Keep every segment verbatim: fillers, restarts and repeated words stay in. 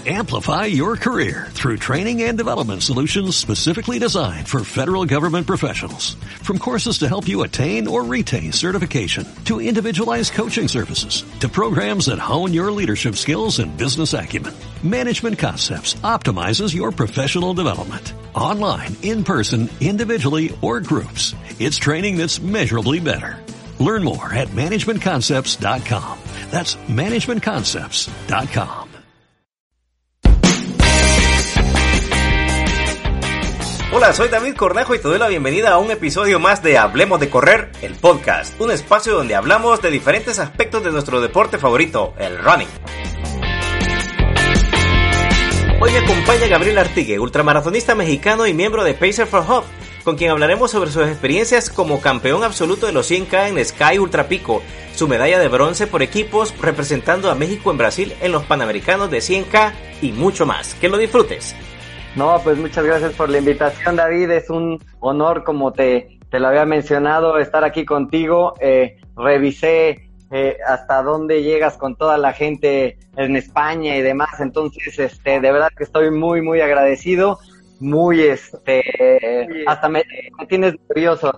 Amplify your career through training and development solutions specifically designed for federal government professionals. From courses to help you attain or retain certification, to individualized coaching services, to programs that hone your leadership skills and business acumen, Management Concepts optimizes your professional development. Online, in person, individually, or groups, it's training that's measurably better. Learn more at management concepts dot com. That's management concepts dot com. Hola, soy David Cornejo y te doy la bienvenida a un episodio más de Hablemos de Correr, el podcast, un espacio donde hablamos de diferentes aspectos de nuestro deporte favorito, el running. Hoy me acompaña Gabriel Artigue, ultramaratonista mexicano y miembro de Pacer for Hope, con quien hablaremos sobre sus experiencias como campeón absoluto de los cien K en Sky Ultra Pico, su medalla de bronce por equipos representando a México en Brasil en los Panamericanos de cien K y mucho más. Que lo disfrutes. No, pues muchas gracias por la invitación, David. Es un honor, como te, te lo había mencionado, estar aquí contigo. Eh, revisé eh, hasta dónde llegas con toda la gente en España y demás. Entonces, este, de verdad que estoy muy, muy agradecido. Muy, este, muy hasta me, me tienes nervioso.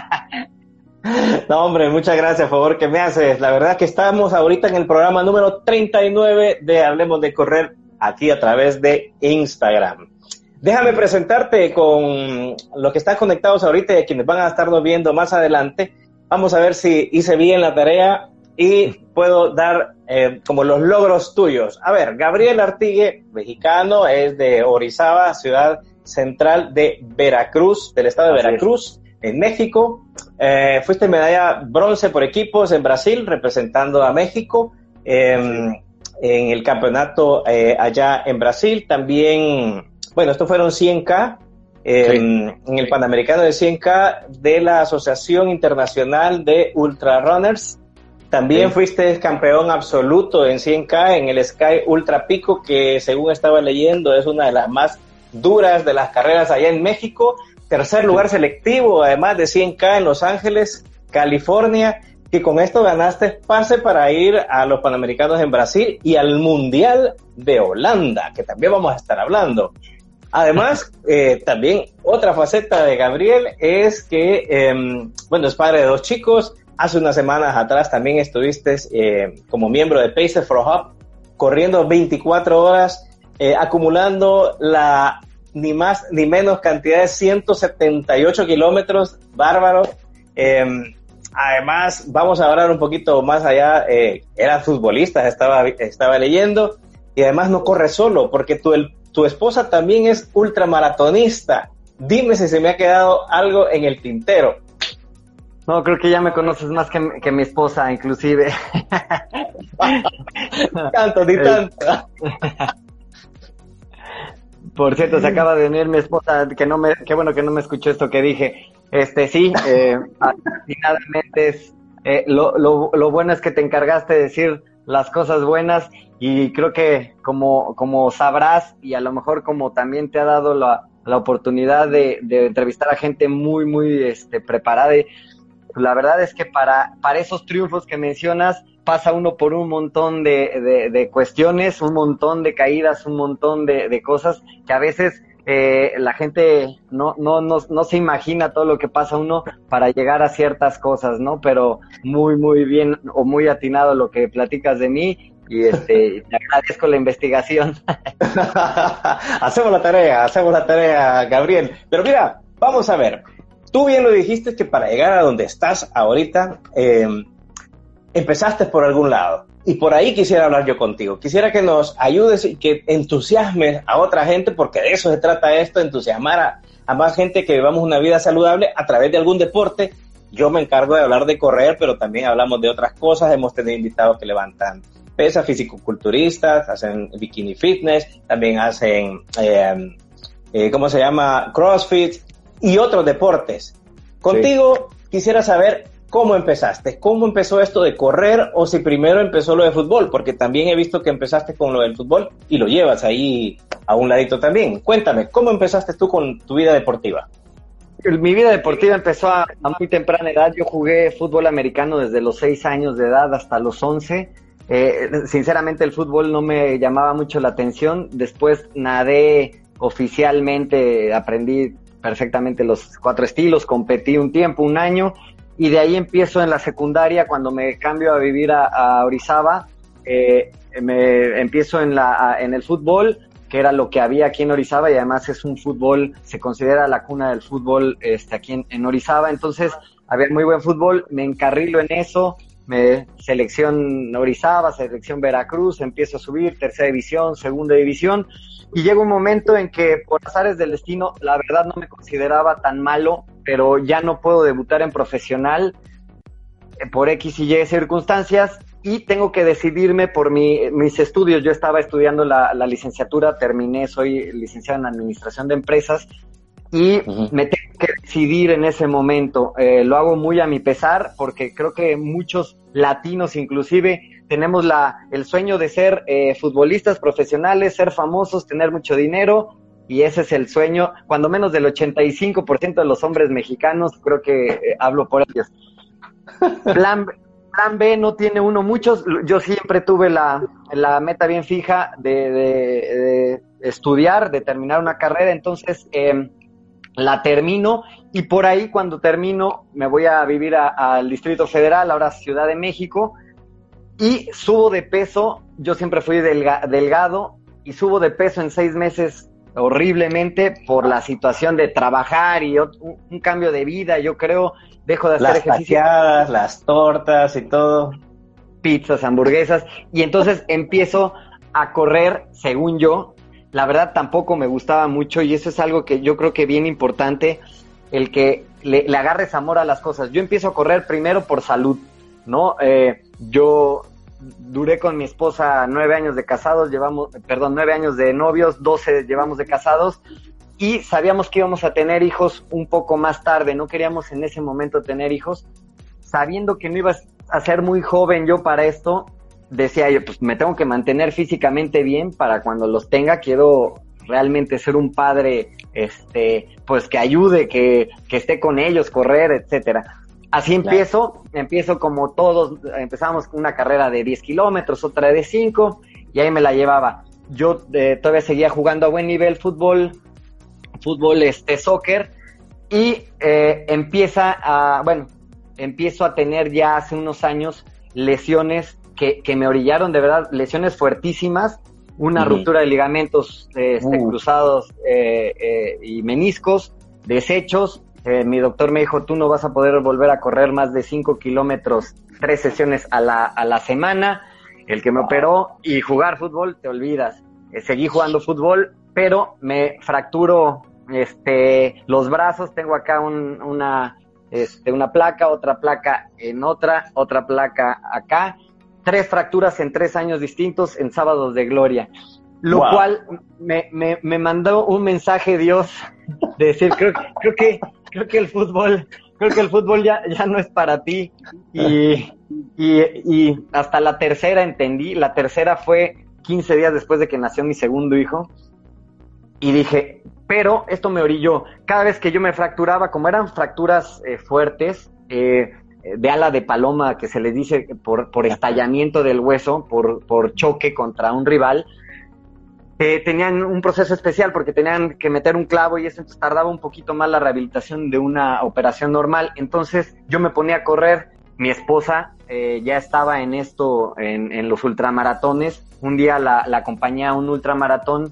No, hombre, muchas gracias, por favor, que me haces. La verdad que estamos ahorita en el programa número treinta y nueve de Hablemos de Correr, aquí a través de Instagram. Déjame presentarte con los que están conectados ahorita y quienes van a estarnos viendo más adelante. Vamos a ver si hice bien la tarea y puedo dar eh, como los logros tuyos. A ver, Gabriel Artigue, mexicano, es de Orizaba, ciudad central de Veracruz, del estado de Veracruz, en México. Eh, fuiste medalla bronce por equipos en Brasil, representando a México. Eh, en el campeonato eh, allá en Brasil. También, bueno, estos fueron cien K, eh, sí. en el Panamericano de cien K de la Asociación Internacional de Ultra Runners. También sí. Fuiste campeón absoluto en cien K en el Sky Ultra Pico, que según estaba leyendo es una de las más duras de las carreras allá en México. Tercer lugar selectivo, además de cien K en Los Ángeles, California. Y con esto ganaste pase para ir a los Panamericanos en Brasil y al Mundial de Holanda, que también vamos a estar hablando. Además, eh, también otra faceta de Gabriel es que, eh, bueno, es padre de dos chicos. Hace unas semanas atrás también estuviste eh, como miembro de Pacer for Hope, corriendo veinticuatro horas, eh, acumulando la ni más ni menos cantidad de ciento setenta y ocho kilómetros, bárbaro. Eh, Además, vamos a hablar un poquito más allá, eh, era futbolista, estaba, estaba leyendo, y además no corre solo, porque tu, el, tu esposa también es ultramaratonista. Dime si se me ha quedado algo en el tintero. No, creo que ya me conoces más que, que mi esposa, inclusive. Tanto, ni tanto. Por cierto, se acaba de unir mi esposa, que no me, qué bueno que no me escuchó esto que dije. Este, sí, eh, afortunadamente es, eh, lo, lo, lo bueno es que te encargaste de decir las cosas buenas, y creo que como, como sabrás, y a lo mejor como también te ha dado la, la oportunidad de, de entrevistar a gente muy, muy, este, preparada, y la verdad es que para, para esos triunfos que mencionas, pasa uno por un montón de, de, de cuestiones, un montón de caídas, un montón de, de cosas que a veces eh, la gente no, no, no, no se imagina todo lo que pasa uno para llegar a ciertas cosas, ¿no? Pero muy, muy bien o muy atinado lo que platicas de mí, y este, te agradezco la investigación. Hacemos la tarea, hacemos la tarea, Gabriel. Pero mira, vamos a ver. Tú bien lo dijiste que para llegar a donde estás ahorita, eh, empezaste por algún lado. Y por ahí quisiera hablar yo contigo. Quisiera que nos ayudes y que entusiasmes a otra gente, porque de eso se trata esto, entusiasmar a, a más gente que vivamos una vida saludable a través de algún deporte. Yo me encargo de hablar de correr, pero también hablamos de otras cosas. Hemos tenido invitados que levantan pesas, fisicoculturistas, hacen bikini fitness, también hacen, eh, eh, ¿cómo se llama? CrossFit y otros deportes. Contigo sí. Quisiera saber ¿cómo empezaste? ¿Cómo empezó esto de correr, o si primero empezó lo de fútbol? Porque también he visto que empezaste con lo del fútbol y lo llevas ahí a un ladito también. Cuéntame, ¿cómo empezaste tú con tu vida deportiva? Mi vida deportiva empezó a, a muy temprana edad. Yo jugué fútbol americano desde los seis años de edad hasta los once. Eh, sinceramente el fútbol no me llamaba mucho la atención. Después nadé oficialmente, aprendí perfectamente los cuatro estilos, competí un tiempo, un año, y de ahí empiezo en la secundaria. Cuando me cambio a vivir a, a Orizaba, eh, me empiezo en la a, en el fútbol, que era lo que había aquí en Orizaba, y además es un fútbol, se considera la cuna del fútbol este, aquí en, en Orizaba. Entonces había muy buen fútbol, me encarrilo en eso, me selección Orizaba, selección Veracruz, empiezo a subir, tercera división, segunda división, y llega un momento en que por azares del destino, la verdad no me consideraba tan malo, pero ya no puedo debutar en profesional eh, por X y Y circunstancias, y tengo que decidirme por mi, mis estudios. Yo estaba estudiando la, la licenciatura, terminé, soy licenciado en Administración de Empresas, y uh-huh. me tengo que decidir en ese momento. Eh, lo hago muy a mi pesar, porque creo que muchos latinos inclusive tenemos la el sueño de ser eh, futbolistas profesionales, ser famosos, tener mucho dinero, y ese es el sueño, cuando menos del ochenta y cinco por ciento de los hombres mexicanos, creo que eh, hablo por ellos. Plan, plan B no tiene uno muchos. Yo siempre tuve la, la meta bien fija de, de, de estudiar, de terminar una carrera, entonces eh, la termino, y por ahí cuando termino me voy a vivir al Distrito Federal, ahora Ciudad de México, y subo de peso. Yo siempre fui delga, delgado, y subo de peso en seis meses horriblemente por la situación de trabajar y otro, un, un cambio de vida. Yo creo, dejo de hacer las ejercicio. Las taqueadas, las tortas y todo. Pizzas, hamburguesas, y entonces empiezo a correr, según yo. La verdad tampoco me gustaba mucho, y eso es algo que yo creo que bien importante, el que le, le agarres amor a las cosas. Yo empiezo a correr primero por salud, ¿no? Eh, yo duré con mi esposa nueve años de casados, llevamos, perdón, nueve años de novios, doce llevamos de casados, y sabíamos que íbamos a tener hijos un poco más tarde. No queríamos en ese momento tener hijos, sabiendo que no iba a ser muy joven yo para esto. Decía yo, pues me tengo que mantener físicamente bien para cuando los tenga. Quiero realmente ser un padre, este, pues que ayude, que, que esté con ellos, correr, etcétera. Así empiezo, claro. empiezo como todos, empezamos con una carrera de diez kilómetros, otra de cinco, y ahí me la llevaba. Yo eh, todavía seguía jugando a buen nivel fútbol, fútbol, este, soccer, y eh, empieza a, bueno, empiezo a tener ya hace unos años lesiones que, que me orillaron, de verdad, lesiones fuertísimas, una uh-huh. ruptura de ligamentos este, uh. cruzados eh, eh, y meniscos, deshechos. Eh, mi doctor me dijo, tú no vas a poder volver a correr más de cinco kilómetros, tres sesiones a la, a la semana. El que me wow. operó, y jugar fútbol, te olvidas. Eh, seguí jugando fútbol, pero me fracturo este, los brazos. Tengo acá un, una, este, una placa, otra placa en otra, otra placa acá. Tres fracturas en tres años distintos en sábados de gloria. Lo wow. cual me, me, me mandó un mensaje Dios de decir, creo, creo que creo que el fútbol, creo que el fútbol ya, ya no es para ti. Y, y, y hasta la tercera entendí. La tercera fue quince días después de que nació mi segundo hijo. Y dije, pero esto me orilló. Cada vez que yo me fracturaba, como eran fracturas eh, fuertes, eh, de ala de paloma, que se les dice por, por estallamiento del hueso, por, por choque contra un rival, Eh, tenían un proceso especial porque tenían que meter un clavo, y eso entonces tardaba un poquito más la rehabilitación de una operación normal. Entonces yo me ponía a correr. Mi esposa eh, ya estaba en esto, en, en los ultramaratones. Un día la, la acompañé a un ultramaratón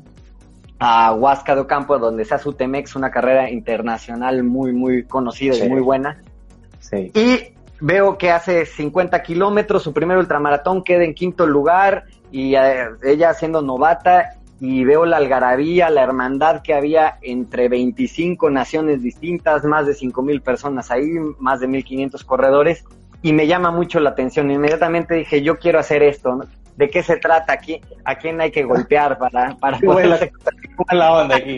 a Huasca de Ocampo, donde se hace U T M X, una carrera internacional muy, muy conocida sí. y muy buena. Sí. Y veo que hace cincuenta kilómetros, su primer ultramaratón, queda en quinto lugar, y eh, ella siendo novata. Y veo la algarabía, la hermandad que había entre veinticinco naciones distintas, más de cinco mil personas ahí, más de mil quinientos corredores, y me llama mucho la atención. Inmediatamente dije, yo quiero hacer esto, ¿no? ¿De qué se trata aquí? ¿A quién hay que golpear para, para poder... ¿Cómo es la onda aquí?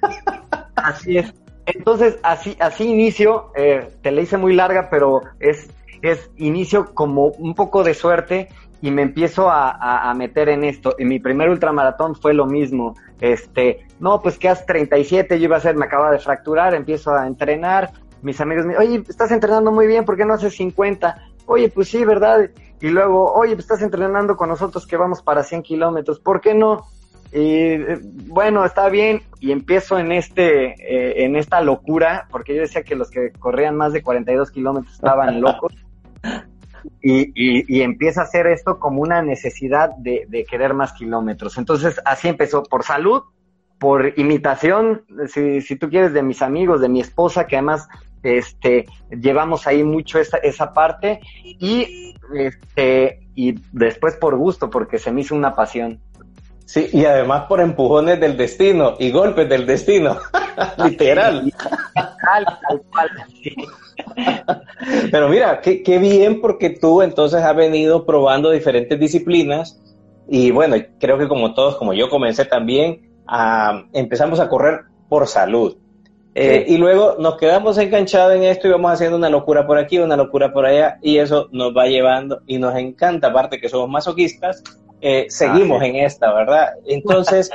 Así es. Entonces, así, así inicio, eh, te la hice muy larga, pero es, es inicio como un poco de suerte, y me empiezo a, a, a meter en esto. En mi primer ultramaratón fue lo mismo. Este, no, pues que haz treinta y siete, yo iba a hacer, me acababa de fracturar, empiezo a entrenar. Mis amigos me dicen, oye, estás entrenando muy bien, ¿por qué no haces cincuenta? Oye, pues sí, ¿verdad? y luego, oye, pues estás entrenando con nosotros que vamos para cien kilómetros, ¿por qué no? Y bueno, está bien, y empiezo en este eh, en esta locura, porque yo decía que los que corrían más de cuarenta y dos kilómetros estaban locos, y, y, y empieza a hacer esto como una necesidad de, de querer más kilómetros. Entonces así empezó, por salud, por imitación, si, si tú quieres, de mis amigos, de mi esposa, que además este llevamos ahí mucho esa, esa parte, y este y después por gusto, porque se me hizo una pasión. Sí, y además por empujones del destino y golpes del destino, literal. Tal, tal cual, sí. Pero mira, qué, qué bien, porque tú entonces has venido probando diferentes disciplinas y bueno, creo que como todos, como yo comencé también, a, empezamos a correr por salud. Eh, sí. Y luego nos quedamos enganchados en esto y vamos haciendo una locura por aquí, una locura por allá, y eso nos va llevando y nos encanta, aparte que somos masoquistas. Eh, seguimos ah, sí. en esta, ¿verdad? Entonces,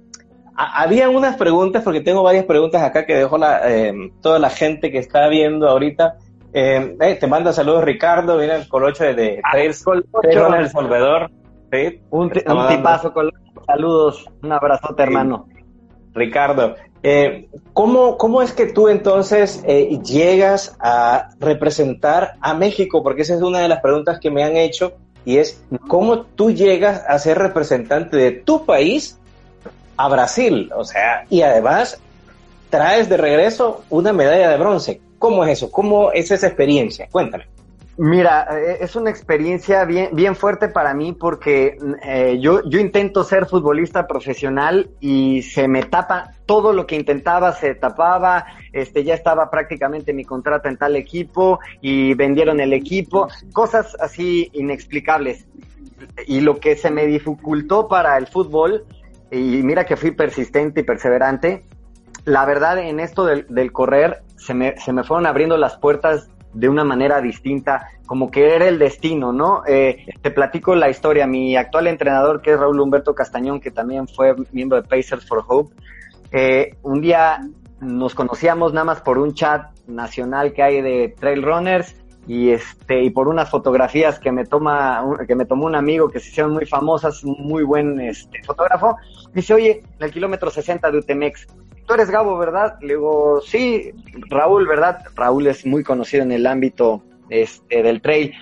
a, había unas preguntas, porque tengo varias preguntas acá que dejó la, eh, toda la gente que está viendo ahorita. Eh, eh, te manda saludos Ricardo, mira el Colocho de, de Trails, Trails El Salvador. ¿Sí? Un, t- un tipazo, Colocho. Saludos, un abrazote, hermano. Sí. Ricardo, eh, ¿cómo, ¿cómo es que tú entonces eh, llegas a representar a México? Porque esa es una de las preguntas que me han hecho. Y es, ¿cómo tú llegas a ser representante de tu país a Brasil? O sea, y además traes de regreso una medalla de bronce. ¿Cómo es eso? ¿Cómo es esa experiencia? Cuéntame. Mira, es una experiencia bien, bien fuerte para mí, porque eh, yo, yo intento ser futbolista profesional y se me tapa todo lo que intentaba, se tapaba, este, ya estaba prácticamente mi contrato en tal equipo y vendieron el equipo, cosas así inexplicables. Y lo que se me dificultó para el fútbol, y mira que fui persistente y perseverante, la verdad en esto del, del correr se me, se me fueron abriendo las puertas de una manera distinta, como que era el destino, ¿no? Eh, te platico la historia. Mi actual entrenador, que es Raúl Humberto Castañón, que también fue miembro de Pacers for Hope, eh, un día nos conocíamos nada más por un chat nacional que hay de trail runners, y este y por unas fotografías que me toma que me tomó un amigo, que se hicieron muy famosas, un muy buen este, fotógrafo. Dice, oye, en el kilómetro sesenta de Utemex, tú eres Gabo, ¿verdad? Le digo, sí. Raúl, ¿verdad? Raúl es muy conocido en el ámbito este del trail.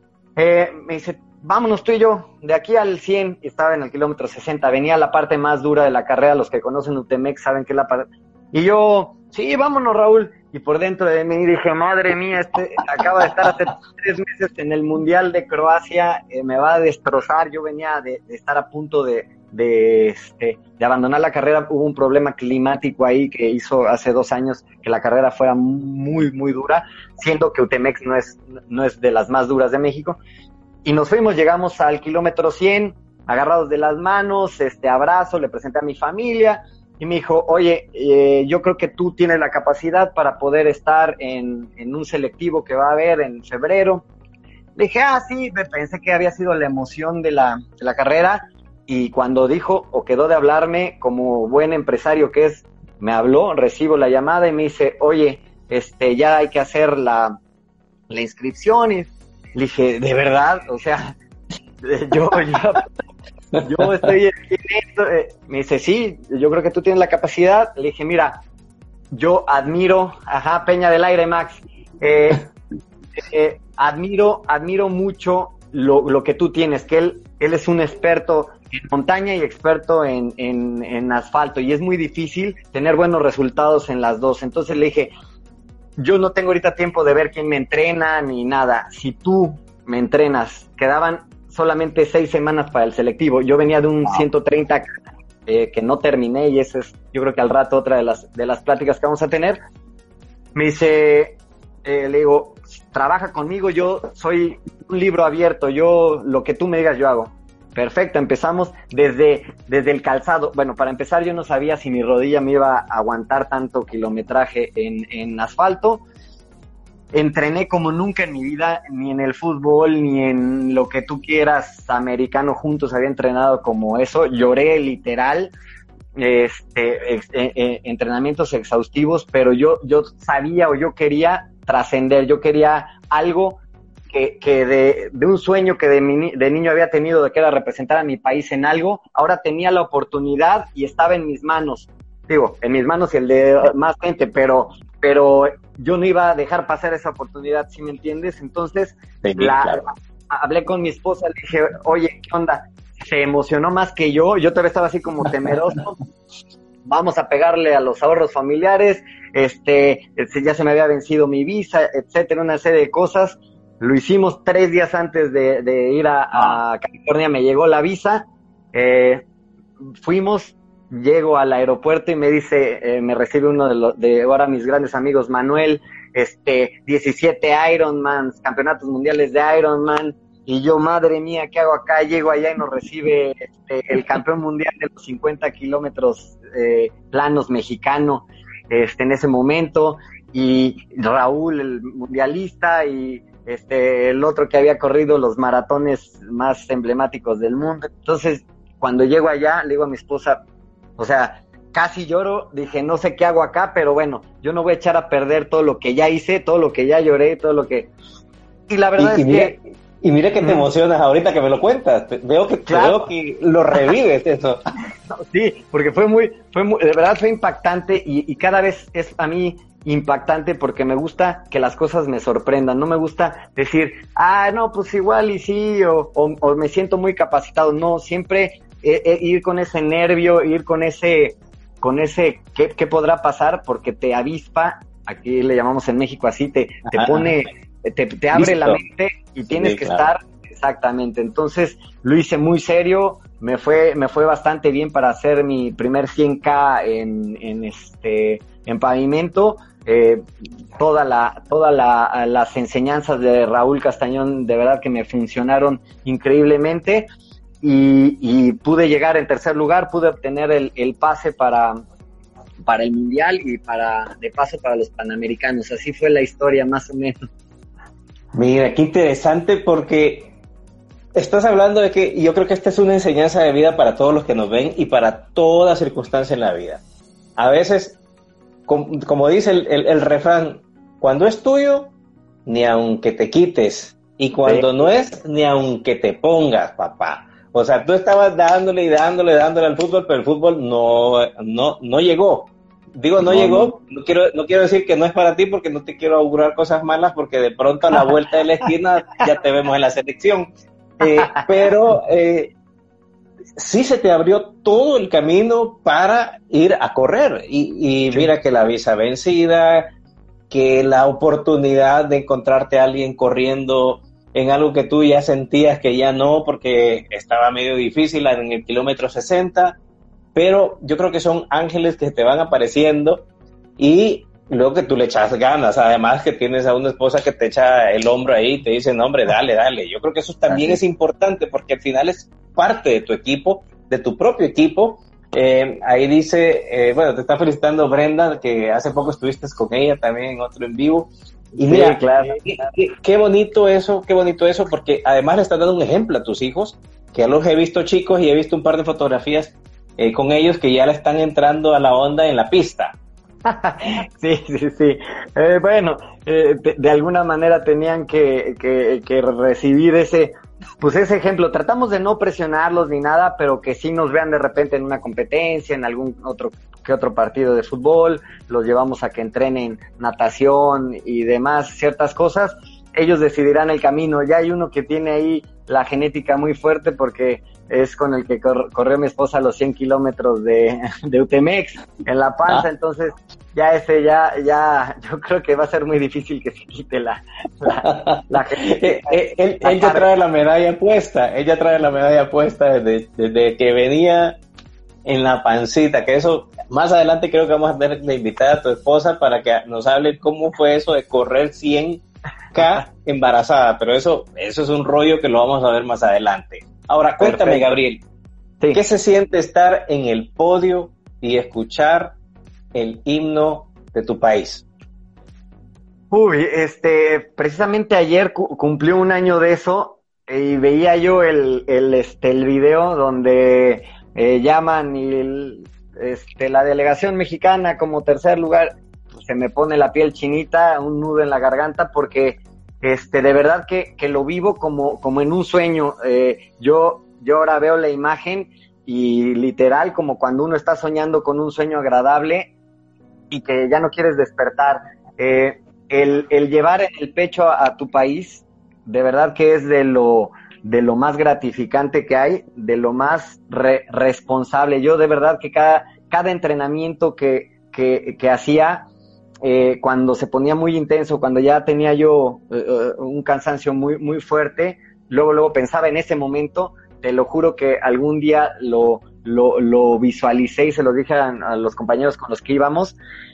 Eh, me dice, vámonos tú y yo, de aquí al cien. Y estaba en el kilómetro sesenta, venía la parte más dura de la carrera. Los que conocen Utemex saben que es la parte. Y yo, sí, vámonos, Raúl. Y por dentro de mí dije, madre mía, este acaba de estar hace tres meses en el Mundial de Croacia, eh, me va a destrozar. Yo venía de, de estar a punto de, de, este, de abandonar la carrera. Hubo un problema climático ahí que hizo hace dos años que la carrera fuera muy, muy dura, siendo que Utemex no es, no es de las más duras de México. Y nos fuimos, llegamos al kilómetro cien, agarrados de las manos, este abrazo, le presenté a mi familia. Y me dijo, oye, eh, yo creo que tú tienes la capacidad para poder estar en, en un selectivo que va a haber en febrero. Le dije, ah, sí, me pensé que había sido la emoción de la, de la carrera. Y cuando dijo o quedó de hablarme, como buen empresario que es, me habló, recibo la llamada y me dice, oye, este, ya hay que hacer la, la inscripción. Y le dije, ¿de verdad? O sea, yo, yo... Yo estoy en esto. Eh, me dice, sí, yo creo que tú tienes la capacidad. Le dije, mira, yo admiro, ajá, Peña del Aire, Max, eh, eh, admiro, admiro mucho lo, lo que tú tienes, que él, él es un experto en montaña y experto en, en, en asfalto, y es muy difícil tener buenos resultados en las dos. Entonces le dije, yo no tengo ahorita tiempo de ver quién me entrena ni nada. Si tú me entrenas, quedaban solamente seis semanas para el selectivo. Yo venía de un wow. ciento treinta eh, que no terminé, y esa es, yo creo que al rato otra de las de las pláticas que vamos a tener. Me dice, eh, le digo, trabaja conmigo, yo soy un libro abierto, yo lo que tú me digas yo hago. Perfecto, empezamos desde, desde el calzado. Bueno, para empezar yo no sabía si mi rodilla me iba a aguantar tanto kilometraje en, en asfalto. Entrené como nunca en mi vida, ni en el fútbol, ni en lo que tú quieras americano juntos había entrenado como eso. Lloré literal, este, ex, eh, eh, entrenamientos exhaustivos, pero yo, yo sabía o yo quería trascender, yo quería algo que, que de, de un sueño que de, mi, de niño había tenido, de que era representar a mi país en algo, ahora tenía la oportunidad y estaba en mis manos. Digo, en mis manos y el de más gente, pero, pero yo no iba a dejar pasar esa oportunidad, ¿sí me entiendes? Entonces, sí, la, claro. hablé con mi esposa, le dije, oye, ¿qué onda? Se emocionó más que yo, yo todavía estaba así como temeroso. Vamos a pegarle a los ahorros familiares, este, ya se me había vencido mi visa, etcétera, una serie de cosas. Lo hicimos tres días antes de, de ir a, a California, me llegó la visa, eh, fuimos, llego al aeropuerto y me dice, eh, me recibe uno de los, de ahora mis grandes amigos, Manuel, este, diecisiete Ironmans, campeonatos mundiales de Ironman, y yo, madre mía, ¿qué hago acá? Llego allá y nos recibe este, el campeón mundial de los cincuenta kilómetros eh, planos mexicano, este, en ese momento, y Raúl, el mundialista, y este, el otro que había corrido los maratones más emblemáticos del mundo. Entonces, cuando llego allá, le digo a mi esposa, o sea, casi lloro, dije, no sé qué hago acá, pero bueno, yo no voy a echar a perder todo lo que ya hice, todo lo que ya lloré, todo lo que... Y la verdad y, es y mira, que... Y mira que te emocionas ahorita que me lo cuentas, veo que, Claro. veo que lo revives eso. Sí, porque fue muy, fue muy, de verdad fue impactante y, y cada vez es a mí impactante porque me gusta que las cosas me sorprendan, no me gusta decir, ah, no, pues igual y sí, o, o, o me siento muy capacitado, no, siempre eh, eh, ir con ese nervio, ir con ese, con ese, ¿qué, qué podrá pasar? Porque te avispa, aquí le llamamos en México así, te, te pone, te, te abre Listo. la mente y tienes Sí, que claro. estar, exactamente, entonces lo hice muy serio, me fue, me fue bastante bien para hacer mi primer cien K en, en este, en pavimento. Eh, toda la, toda la, las enseñanzas de Raúl Castañón de verdad que me funcionaron increíblemente y, y pude llegar en tercer lugar, pude obtener el, el pase para, para el mundial y para, de paso para los panamericanos. Así fue la historia más o menos. Mira, qué interesante porque estás hablando de que yo creo que esta es una enseñanza de vida para todos los que nos ven y para toda circunstancia en la vida. A veces, com, como dice el, el, el refrán, cuando es tuyo, ni aunque te quites, y cuando sí. no es, ni aunque te pongas, papá. O sea, tú estabas dándole y dándole, dándole al fútbol, pero el fútbol no, no, no llegó. Digo, no, no llegó, no. No, quiero, no quiero decir que no es para ti porque no te quiero augurar cosas malas porque de pronto a la vuelta de la esquina ya te vemos en la selección. Eh, pero eh, sí se te abrió todo el camino para ir a correr y, y sí. Mira que la visa vencida, que la oportunidad de encontrarte a alguien corriendo en algo que tú ya sentías que ya no porque estaba medio difícil en el kilómetro sesenta, pero yo creo que son ángeles que te van apareciendo y luego que tú le echas ganas, además que tienes a una esposa que te echa el hombro ahí y te dice, no hombre, dale, dale. Yo creo que eso también Así. Es importante porque al final es parte de tu equipo, de tu propio equipo. Eh, ahí dice, eh, bueno, te está felicitando Brenda, que hace poco estuviste con ella también en otro en vivo. Y sí, mira, claro. qué, qué, qué bonito eso, qué bonito eso, porque además le estás dando un ejemplo a tus hijos, que ya los he visto chicos y he visto un par de fotografías eh, con ellos que ya le están entrando a la onda en la pista. Sí, sí, sí. Eh, bueno, eh, de, de alguna manera tenían que, que, que recibir ese, pues ese ejemplo. Tratamos de no presionarlos ni nada, pero que sí nos vean de repente en una competencia, en algún otro que otro partido de fútbol, los llevamos a que entrenen natación y demás, ciertas cosas. Ellos decidirán el camino. Ya hay uno que tiene ahí la genética muy fuerte porque es con el que cor- corrió mi esposa los cien kilómetros de, de Utemex en La Panza, ah. Entonces ya ese ya, ya, yo creo que va a ser muy difícil que se quite la, la, la genética. él, él, él ya trae la medalla puesta, ella trae la medalla puesta desde, desde que venía en la pancita, que eso, más adelante creo que vamos a tener que invitar a tu esposa para que nos hable cómo fue eso de correr cien K embarazada, pero eso, eso es un rollo que lo vamos a ver más adelante. Ahora, cuéntame, Perfecto. Gabriel, sí. ¿Qué se siente estar en el podio y escuchar el himno de tu país? Uy, este, precisamente ayer cu- cumplió un año de eso y veía yo el, el, este, el video donde eh, llaman y el, este, la delegación mexicana como tercer lugar, pues se me pone la piel chinita, un nudo en la garganta porque este, de verdad que, que lo vivo como, como en un sueño. Eh, yo, yo ahora veo la imagen y literal como cuando uno está soñando con un sueño agradable y que ya no quieres despertar. Eh, el, el llevar en el pecho a, a tu país, de verdad que es de lo, de lo más gratificante que hay, de lo más re, responsable. Yo de verdad que cada, cada entrenamiento que, que, que hacía, eh, cuando se ponía muy intenso, cuando ya tenía yo eh, un cansancio muy, muy fuerte, luego, luego pensaba en ese momento, te lo juro que algún día lo, lo, lo visualicé y se lo dije a, a los compañeros con los que íbamos,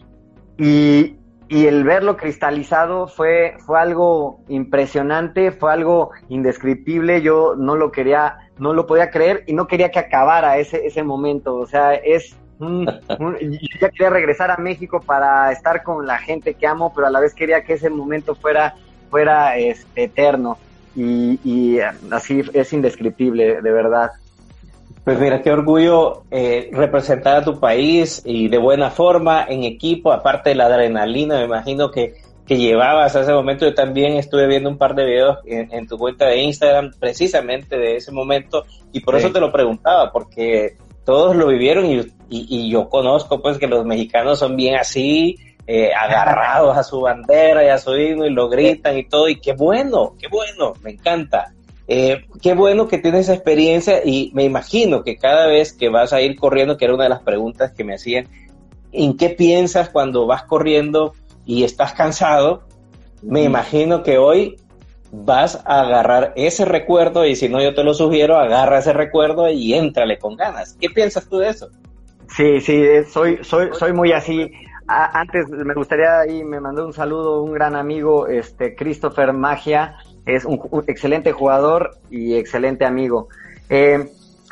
y, y el verlo cristalizado fue, fue algo impresionante, fue algo indescriptible. Yo no lo quería, no lo podía creer y no quería que acabara ese, ese momento. O sea, es un, un, yo ya quería regresar a México para estar con la gente que amo, pero a la vez quería que ese momento fuera, fuera este, eterno. Y, y así es indescriptible, de verdad. Pues mira, qué orgullo eh, representar a tu país y de buena forma, en equipo, aparte de la adrenalina, me imagino que, que llevabas a ese momento. Yo también estuve viendo un par de videos en, en tu cuenta de Instagram precisamente de ese momento, y por sí. eso te lo preguntaba, porque todos lo vivieron y, y, y yo conozco pues que los mexicanos son bien así, eh, agarrados a su bandera y a su himno y lo gritan y todo, y qué bueno, qué bueno, me encanta. Eh, qué bueno que tienes esa experiencia, y me imagino que cada vez que vas a ir corriendo, que era una de las preguntas que me hacían, ¿en qué piensas cuando vas corriendo y estás cansado? Me mm. imagino que hoy vas a agarrar ese recuerdo, y si no yo te lo sugiero, agarra ese recuerdo y éntrale con ganas. ¿Qué piensas tú de eso? Sí, sí, soy, soy, soy muy así. A, antes me gustaría, ahí me mandó un saludo un gran amigo, este Christopher Magia. Es un, un excelente jugador y excelente amigo. Eh,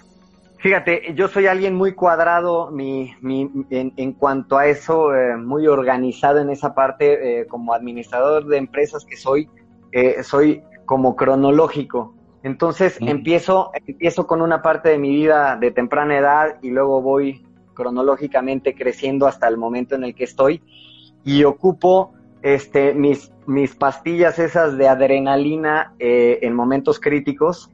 fíjate, yo soy alguien muy cuadrado mi, mi, en, en cuanto a eso, eh, muy organizado en esa parte, eh, como administrador de empresas que soy, eh, soy como cronológico. Entonces mm. empiezo, empiezo con una parte de mi vida de temprana edad y luego voy cronológicamente creciendo hasta el momento en el que estoy, y ocupo este mis mis pastillas esas de adrenalina eh, en momentos críticos,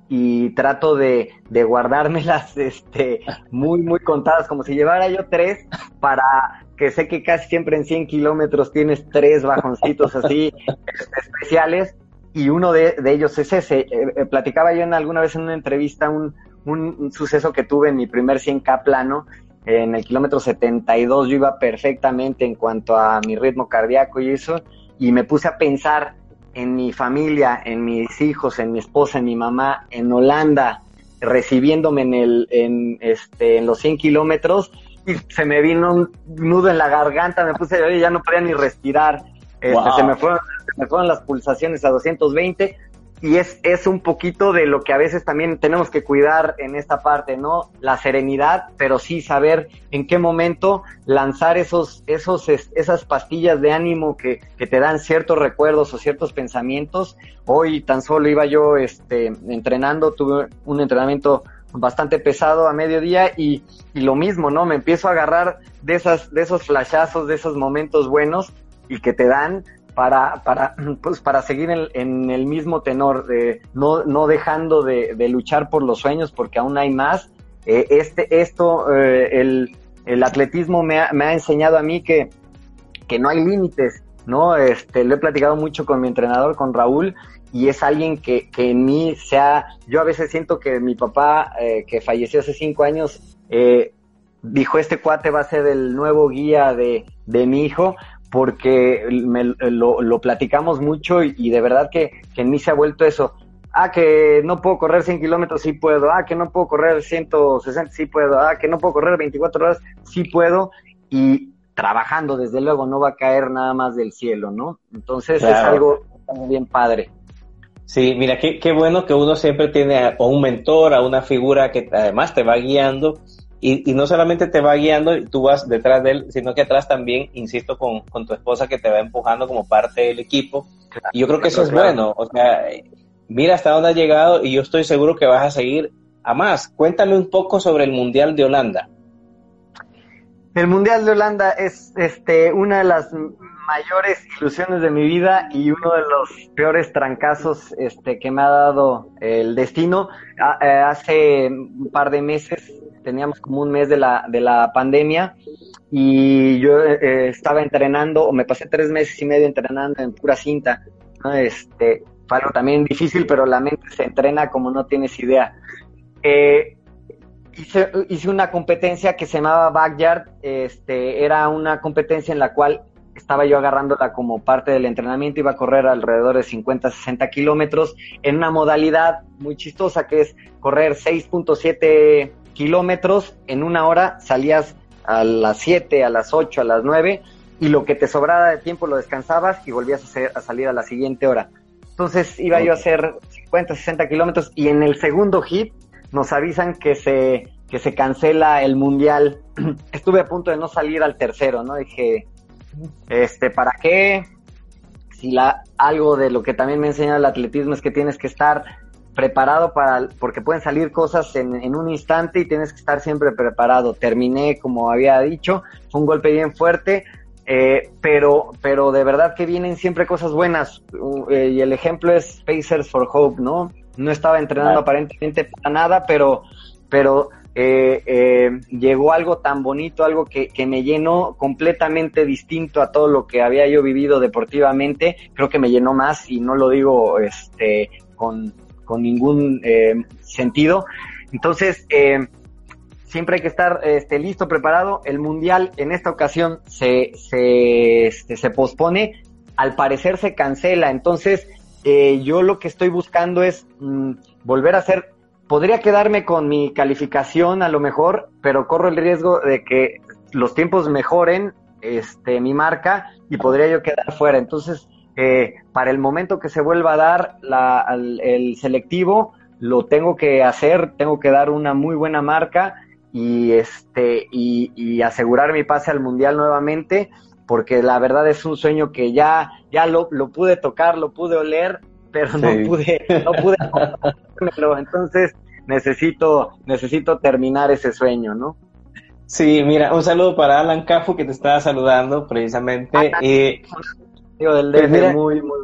y trato de, de guardármelas este, muy, muy contadas, como si llevara yo tres, para que sé que casi siempre en cien kilómetros tienes tres bajoncitos así especiales, y uno de, de ellos es ese. Eh, eh, platicaba yo en alguna vez en una entrevista un, un, un suceso que tuve en mi primer cien K plano. En el kilómetro setenta y dos yo iba perfectamente en cuanto a mi ritmo cardíaco y eso, y me puse a pensar en mi familia, en mis hijos, en mi esposa, en mi mamá, en Holanda, recibiéndome en el, en este, en los cien kilómetros, y se me vino un nudo en la garganta, me puse a llorar y ya no podía ni respirar. Este, wow. se me fueron, se me fueron las pulsaciones a doscientos veinte, y es, es un poquito de lo que a veces también tenemos que cuidar en esta parte, ¿no? La serenidad, pero sí saber en qué momento lanzar esos, esos, esas pastillas de ánimo que, que te dan ciertos recuerdos o ciertos pensamientos. Hoy tan solo iba yo, este, entrenando, tuve un entrenamiento bastante pesado a mediodía, y, y lo mismo, ¿no? Me empiezo a agarrar de esas, de esos flashazos, de esos momentos buenos, y que te dan para, para, pues para seguir en, en el mismo tenor, de no, no dejando de, de luchar por los sueños, porque aún hay más. Eh, este, esto, eh, el, el atletismo me ha, me ha enseñado a mí que, que no hay límites, ¿no? Este, lo he platicado mucho con mi entrenador, con Raúl, y es alguien que, que en mí se ha, yo a veces siento que mi papá, eh, que falleció hace cinco años, eh, dijo, este cuate va a ser el nuevo guía de, de mi hijo, porque me, lo, lo platicamos mucho, y, y de verdad que, que en mí se ha vuelto eso. Ah, que no puedo correr cien kilómetros, sí puedo. Ah, que no puedo correr ciento sesenta, sí puedo. Ah, que no puedo correr veinticuatro horas, sí puedo. Y trabajando, desde luego, no va a caer nada más del cielo, ¿no? Entonces claro. Es algo bien padre. Sí, mira, qué, qué bueno que uno siempre tiene a, a un mentor, a una figura que además te va guiando. Y, y no solamente te va guiando y tú vas detrás de él, sino que atrás también, insisto, con, con tu esposa, que te va empujando como parte del equipo. Claro, y yo creo que eso es claro. bueno. O sea, mira hasta dónde has llegado, y yo estoy seguro que vas a seguir a más. Cuéntame un poco sobre el Mundial de Holanda. El Mundial de Holanda es este una de las mayores ilusiones de mi vida y uno de los peores trancazos este, que me ha dado el destino. A, eh, hace un par de meses, teníamos como un mes de la, de la pandemia, y yo eh, estaba entrenando, o me pasé tres meses y medio entrenando en pura cinta, ¿no? Este, fue algo también difícil, pero la mente se entrena como no tienes idea. Eh, hice, hice una competencia que se llamaba Backyard. Este, era una competencia en la cual estaba yo agarrándola como parte del entrenamiento. Iba a correr alrededor de cincuenta, sesenta kilómetros en una modalidad muy chistosa, que es correr seis punto siete kilómetros en una hora. Salías a las siete, a las ocho, a las nueve, y lo que te sobraba de tiempo lo descansabas y volvías a, hacer, a salir a la siguiente hora. Entonces iba okay. yo a hacer cincuenta, sesenta kilómetros, y en el segundo hit nos avisan que se, que se cancela el mundial. Estuve a punto de no salir al tercero, ¿no? Dije, este, ¿para qué? Si la, algo de lo que también me enseña el atletismo es que tienes que estar preparado para, porque pueden salir cosas en, en un instante y tienes que estar siempre preparado. Terminé, como había dicho, fue un golpe bien fuerte, eh, pero, pero de verdad que vienen siempre cosas buenas, uh, eh, y el ejemplo es Pacers for Hope, ¿no? No estaba entrenando aparentemente para nada, pero, pero eh, eh, llegó algo tan bonito, algo que, que me llenó completamente distinto a todo lo que había yo vivido deportivamente. Creo que me llenó más, y no lo digo este con con ningún eh, sentido. Entonces, eh, siempre hay que estar este, listo, preparado. El mundial en esta ocasión se, se, este, se pospone, al parecer se cancela. Entonces, eh, yo lo que estoy buscando es mm, volver a hacer, podría quedarme con mi calificación a lo mejor, pero corro el riesgo de que los tiempos mejoren, este, mi marca, y podría yo quedar fuera. Entonces, Eh, para el momento que se vuelva a dar la, el, el selectivo, lo tengo que hacer, tengo que dar una muy buena marca y este y, y asegurar mi pase al mundial nuevamente, porque la verdad es un sueño que ya ya lo, lo pude tocar, lo pude oler, pero sí. no pude no pude comprármelo. Entonces necesito necesito terminar ese sueño, ¿no? Sí, mira, un saludo para Alan Cafu, que te estaba saludando precisamente. Ah, eh, Del D F, mira, muy, muy...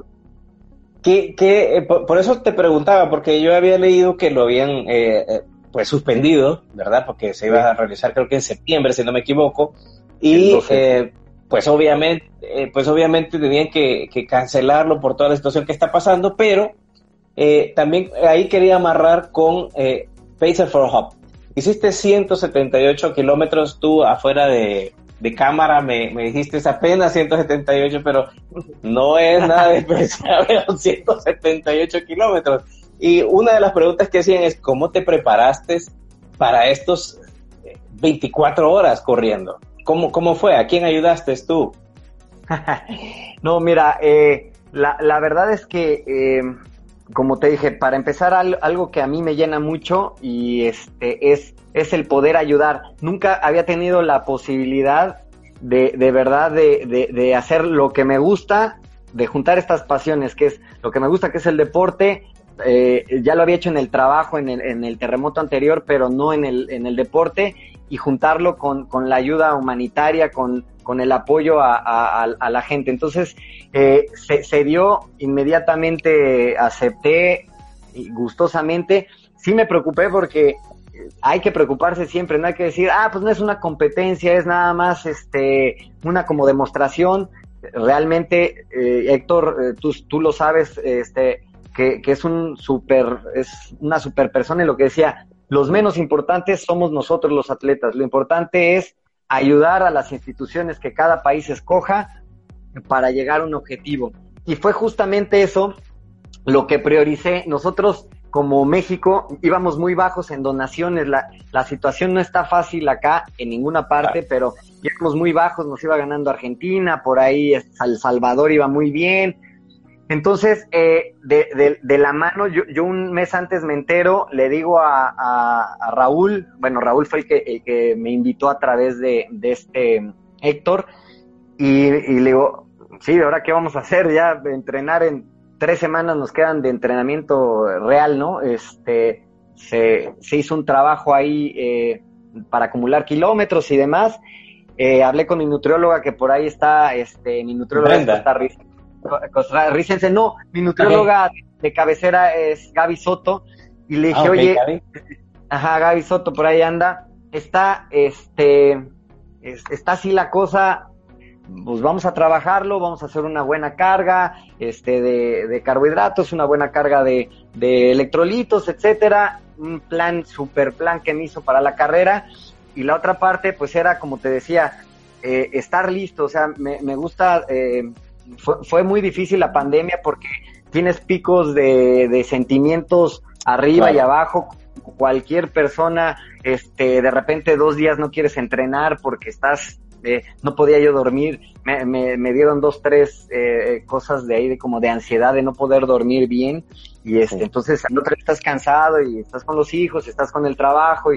Que, que, eh, por, por eso te preguntaba, porque yo había leído que lo habían eh, eh, pues suspendido, ¿verdad? Porque se iba sí. a realizar, creo que en septiembre, si no me equivoco, y eh, pues obviamente eh, pues obviamente tenían que, que cancelarlo por toda la situación que está pasando, pero eh, también ahí quería amarrar con eh, Pacer for Hope. Hiciste ciento setenta y ocho kilómetros tú afuera de de cámara, me, me dijiste es apenas ciento setenta y ocho, pero no es nada de especial, ciento setenta y ocho kilómetros. Y una de las preguntas que hacían es, ¿cómo te preparaste para estos veinticuatro horas corriendo? ¿Cómo, cómo fue? ¿A quién ayudaste tú? No, mira, eh, la, la verdad es que, eh, como te dije, para empezar, al, algo que a mí me llena mucho y este es es el poder ayudar. Nunca había tenido la posibilidad de, de verdad de, de, de hacer lo que me gusta, de juntar estas pasiones, que es lo que me gusta, que es el deporte. Eh, ya lo había hecho en el trabajo, en el, en el terremoto anterior, pero no en el, en el deporte, y juntarlo con, con la ayuda humanitaria, con, con el apoyo a, a, a la gente. Entonces, eh, se, se dio inmediatamente, acepté gustosamente. Sí me preocupé porque hay que preocuparse siempre, no hay que decir, ah, pues no es una competencia, es nada más este una como demostración. Realmente, eh, Héctor, eh, tú, tú lo sabes, este que, que es un super, es una super persona, y lo que decía, los menos importantes somos nosotros los atletas, lo importante es ayudar a las instituciones que cada país escoja para llegar a un objetivo. Y fue justamente eso lo que prioricé. Nosotros, como México, íbamos muy bajos en donaciones. La, la situación no está fácil acá en ninguna parte, pero íbamos muy bajos, nos iba ganando Argentina, por ahí El Salvador iba muy bien. Entonces, eh, de, de, de la mano, yo, yo un mes antes me entero, le digo a, a, a Raúl, bueno, Raúl fue el que, el que me invitó a través de, de este Héctor, y, y le digo, sí, ¿ahora qué vamos a hacer? Ya entrenar en tres semanas nos quedan de entrenamiento real, ¿no? Este, se, se hizo un trabajo ahí eh, para acumular kilómetros y demás, Eh, hablé con mi nutrióloga, que por ahí está, este, mi nutrióloga Brenda. está costarricense, no, mi nutrióloga okay. de cabecera es Gaby Soto, y le dije, ah, okay, oye, Gaby. Ajá, Gaby Soto por ahí anda, está, este, es, está así la cosa, pues vamos a trabajarlo, vamos a hacer una buena carga, este, de, de carbohidratos, una buena carga de, de electrolitos, etcétera, un plan, super plan que me hizo para la carrera, y la otra parte, pues era, como te decía, eh, estar listo, o sea, me, me gusta, eh, fue, fue muy difícil la pandemia porque tienes picos de, de sentimientos arriba claro. y abajo, cualquier persona, este, de repente dos días no quieres entrenar porque estás, eh, no podía yo dormir, me, me, me dieron dos, tres eh, cosas de ahí, de como de ansiedad de no poder dormir bien, y este, sí. entonces al otro día estás cansado y estás con los hijos, estás con el trabajo, y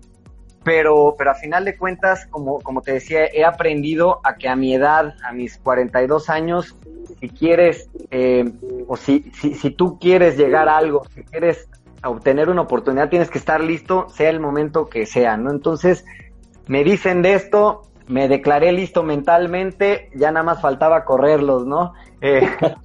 pero pero a final de cuentas, como como te decía, he aprendido a que a mi edad, a mis cuarenta y dos años, si quieres, eh, o si, si si tú quieres llegar a algo, si quieres obtener una oportunidad, tienes que estar listo, sea el momento que sea, ¿no? Entonces, me dicen de esto, me declaré listo mentalmente, ya nada más faltaba correrlos, ¿no? Eh,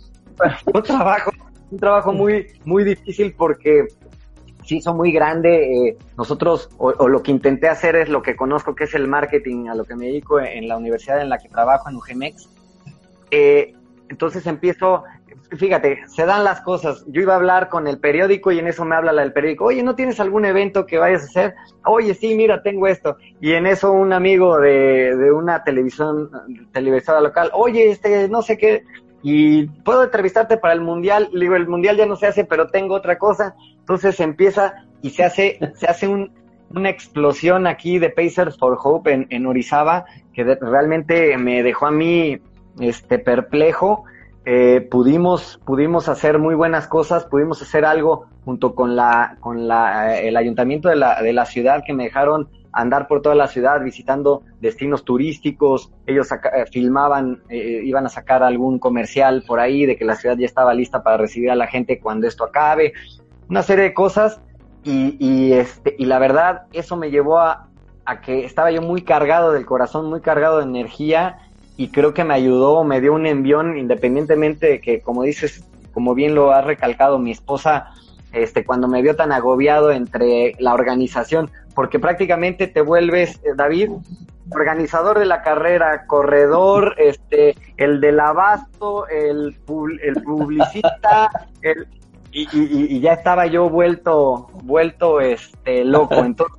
un trabajo, un trabajo muy, muy difícil porque se hizo muy grande. Eh, nosotros, o, o lo que intenté hacer es lo que conozco, que es el marketing, a lo que me dedico en la universidad en la que trabajo, en U G M E X. Eh, entonces empiezo, fíjate, se dan las cosas. Yo iba a hablar con el periódico y en eso me habla la del periódico. Oye, ¿no tienes algún evento que vayas a hacer? Oye, sí, mira, tengo esto. Y en eso un amigo de, de una televisión, televisora local, oye, este, no sé qué, y puedo entrevistarte para el mundial. Le digo, el mundial ya no se hace, pero tengo otra cosa. Entonces empieza y se hace, se hace un, una explosión aquí de Pacers for Hope en, en Orizaba, que de, realmente me dejó a mí, este, perplejo. Eh, pudimos, pudimos hacer muy buenas cosas, pudimos hacer algo junto con la, con la, el ayuntamiento de la, de la ciudad, que me dejaron andar por toda la ciudad visitando destinos turísticos. Ellos saca, eh, filmaban, eh, iban a sacar algún comercial por ahí de que la ciudad ya estaba lista para recibir a la gente cuando esto acabe, una serie de cosas, y, y este, y la verdad, eso me llevó a, a que estaba yo muy cargado del corazón, muy cargado de energía, y creo que me ayudó, me dio un envión, independientemente de que, como dices, como bien lo has recalcado, mi esposa, este, cuando me vio tan agobiado entre la organización, porque prácticamente te vuelves, eh, David, organizador de la carrera, corredor, este, el del abasto, el, pub, el publicista, el, y, y, y ya estaba yo vuelto, vuelto, este, loco. Entonces,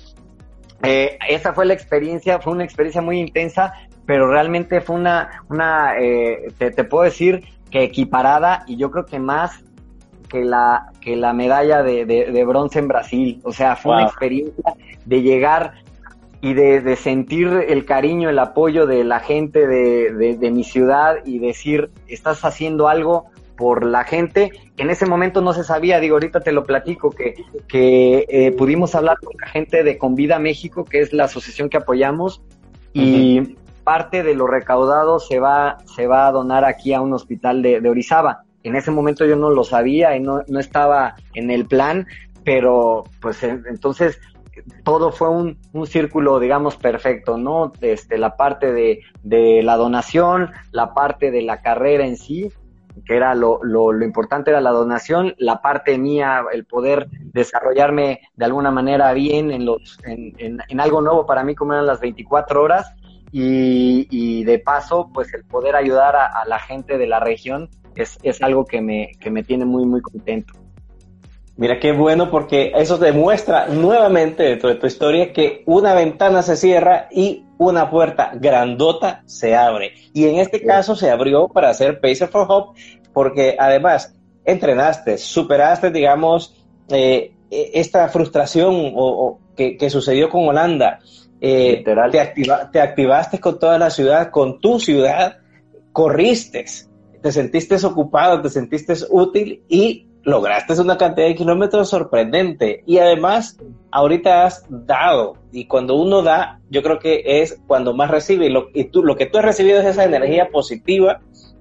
eh, esa fue la experiencia, fue una experiencia muy intensa, pero realmente fue una, una, eh, te, te puedo decir que equiparada, y yo creo que más que la, que la medalla de, de, de bronce en Brasil. O sea, fue wow. una experiencia de llegar y de, de sentir el cariño, el apoyo de la gente de, de, de mi ciudad, y decir, estás haciendo algo por la gente. En ese momento no se sabía, digo, ahorita te lo platico, que, que eh, pudimos hablar con la gente de Convida México, que es la asociación que apoyamos, y uh-huh. parte de lo recaudado se va, se va a donar aquí a un hospital de, de Orizaba. En ese momento yo no lo sabía y no, no estaba en el plan, pero pues entonces todo fue un, un círculo, digamos, perfecto, ¿no? Este, la parte de, de la donación, la parte de la carrera en sí, que era lo, lo, lo importante era la donación, la parte mía, el poder desarrollarme de alguna manera bien en los, en, en, en algo nuevo para mí, como eran las veinticuatro horas, y, y de paso, pues el poder ayudar a, a la gente de la región es, es algo que me, que me tiene muy, muy contento. Mira qué bueno, porque eso demuestra nuevamente dentro de tu historia que una ventana se cierra y una puerta grandota se abre. Y en este caso se abrió para hacer Pacers for Hope, porque además entrenaste, superaste, digamos, eh, esta frustración o, o que, que sucedió con Holanda. Eh, te, activa, te activaste con toda la ciudad, con tu ciudad, corriste, te sentiste ocupado, te sentiste útil y lograste una cantidad de kilómetros sorprendente. Y además, ahorita has dado, y cuando uno da, yo creo que es cuando más recibe, y lo, y tú, lo que tú has recibido es esa energía positiva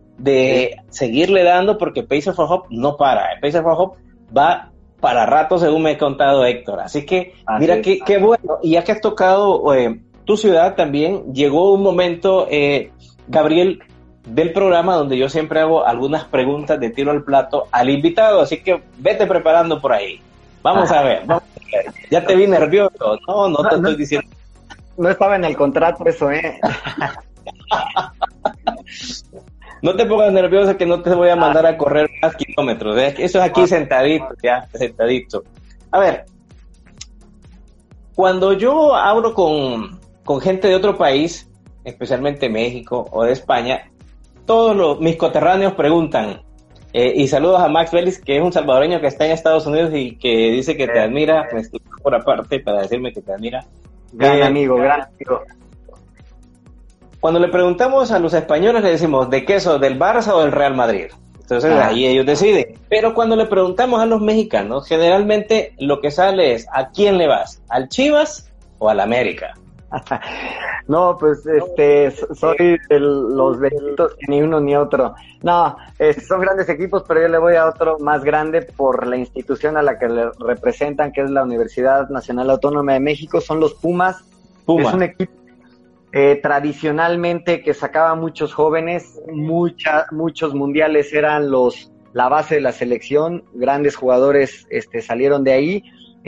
de seguirle dando, porque Pacers for Hope no para, Pacers for Hope va para rato, según me ha contado Héctor. Así que, así mira, qué, qué bueno. Y ya que has tocado eh, tu ciudad también, llegó un momento, eh, Gabriel, del programa donde yo siempre hago algunas preguntas de tiro al plato al invitado, así que vete preparando por ahí. Vamos a ver, vamos a ver. Ya te vi nervioso. No, no te no, estoy diciendo. No estaba en el contrato eso, ¿eh? No te pongas nervioso que no te voy a mandar a correr más kilómetros. ¿eh? Eso es aquí sentadito, ya, sentadito. A ver, cuando yo hablo con, con gente de otro país, especialmente México o de España, todos los, mis coterráneos preguntan, eh, y saludos a Max Vélez, que es un salvadoreño que está en Estados Unidos y que dice que te admira, me escribió por aparte para decirme que te admira. Gran eh, amigo, gran amigo. Cuando le preguntamos a los españoles le decimos, ¿de qué sos? ¿Del Barça o del Real Madrid? Entonces ah. ahí ellos deciden. Pero cuando le preguntamos a los mexicanos, generalmente lo que sale es, ¿a quién le vas? ¿Al Chivas o al América? No, pues este, soy de los benditos que ni uno ni otro. No, eh, son grandes equipos, pero yo le voy a otro más grande por la institución a la que le representan, que es la Universidad Nacional Autónoma de México. Son los Pumas. Pumas. Es un equipo eh, tradicionalmente que sacaba muchos jóvenes, mucha, muchos mundiales eran los la base de la selección, grandes jugadores este, salieron de ahí.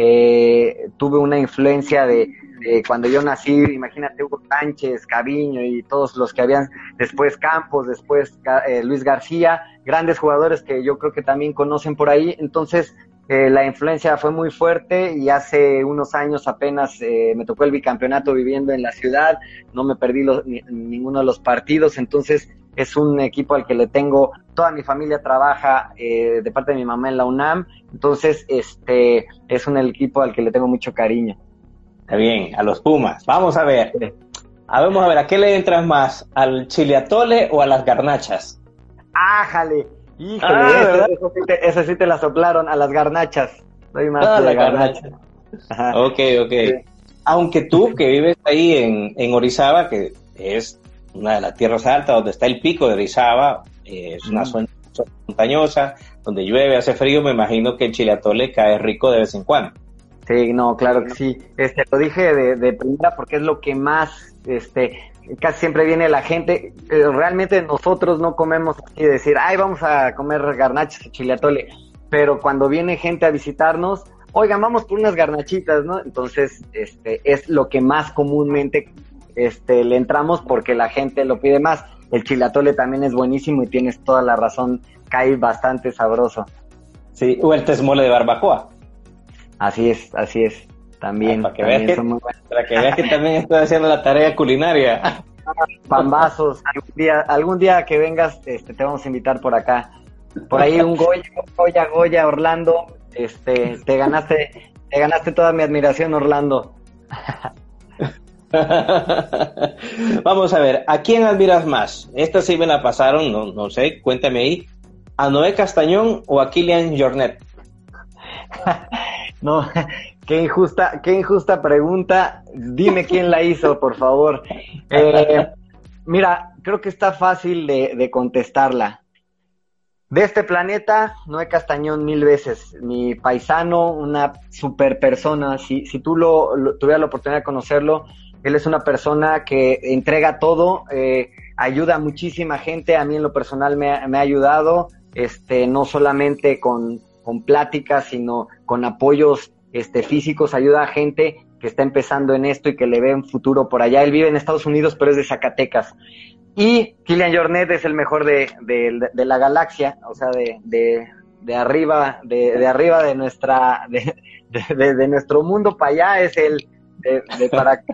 Eh, tuve una influencia de Eh, cuando yo nací, imagínate Hugo Sánchez, Caviño y todos los que habían, después Campos, después eh, Luis García, grandes jugadores que yo creo que también conocen por ahí. Entonces eh, la influencia fue muy fuerte y hace unos años apenas eh, me tocó el bicampeonato viviendo en la ciudad, no me perdí los, ni, ninguno de los partidos. Entonces es un equipo al que le tengo, toda mi familia trabaja eh, de parte de mi mamá en la UNAM, entonces este es un equipo al que le tengo mucho cariño. Está bien, a los Pumas. Vamos a ver. A vamos a ver, ¿a qué le entras más? ¿Al chile atole o a las garnachas? ¡Ájale! Híjole, ah, eso, eso, sí te, eso sí te la soplaron, a las garnachas. Soy más ah, de la garnacha. Garnacha. Ok, ok. Sí. Aunque tú, que vives ahí en, en Orizaba, que es una de las tierras altas, donde está el pico de Orizaba, eh, es una mm. zona montañosa, donde llueve, hace frío, me imagino que el chile atole cae rico de vez en cuando. Sí, no, claro que sí. Este, lo dije de, de primera porque es lo que más, este, casi siempre viene la gente. Eh, realmente nosotros no comemos así de decir, ay, vamos a comer garnachas o chile atole. Pero cuando viene gente a visitarnos, oigan, vamos por unas garnachitas, ¿no? Entonces, este, es lo que más comúnmente, este, le entramos porque la gente lo pide más. El chile atole también es buenísimo y tienes toda la razón, cae bastante sabroso. Sí, o el tesmole de barbacoa. Así es, así es, también. Ah, para, que también veas que, para que veas que también estoy haciendo la tarea culinaria. Pambazos, algún día, algún día que vengas, este, te vamos a invitar por acá. Por ahí un Goya, Goya, Goya, Orlando, este, te ganaste, te ganaste toda mi admiración, Orlando. Vamos a ver, ¿a quién admiras más? Esta sí me la pasaron, no, no sé, cuéntame ahí. ¿A Noé Castañón o a Kylian Jornet? No, qué injusta, qué injusta pregunta. Dime quién la hizo, por favor. Eh, mira, creo que está fácil de, de contestarla. De este planeta, Noé Castañón mil veces. Mi paisano, una super persona. Si, si tú lo, lo tuvieras la oportunidad de conocerlo, él es una persona que entrega todo, eh, ayuda a muchísima gente. A mí en lo personal me, me ha ayudado, este, no solamente con con pláticas, sino con apoyos este, físicos, ayuda a gente que está empezando en esto y que le ve un futuro por allá. Él vive en Estados Unidos, pero es de Zacatecas. Y Kylian Jornet es el mejor de, de, de la galaxia, o sea, de, de, de arriba, de, de arriba de nuestra, de, de, de nuestro mundo para allá, es el de, de para acá.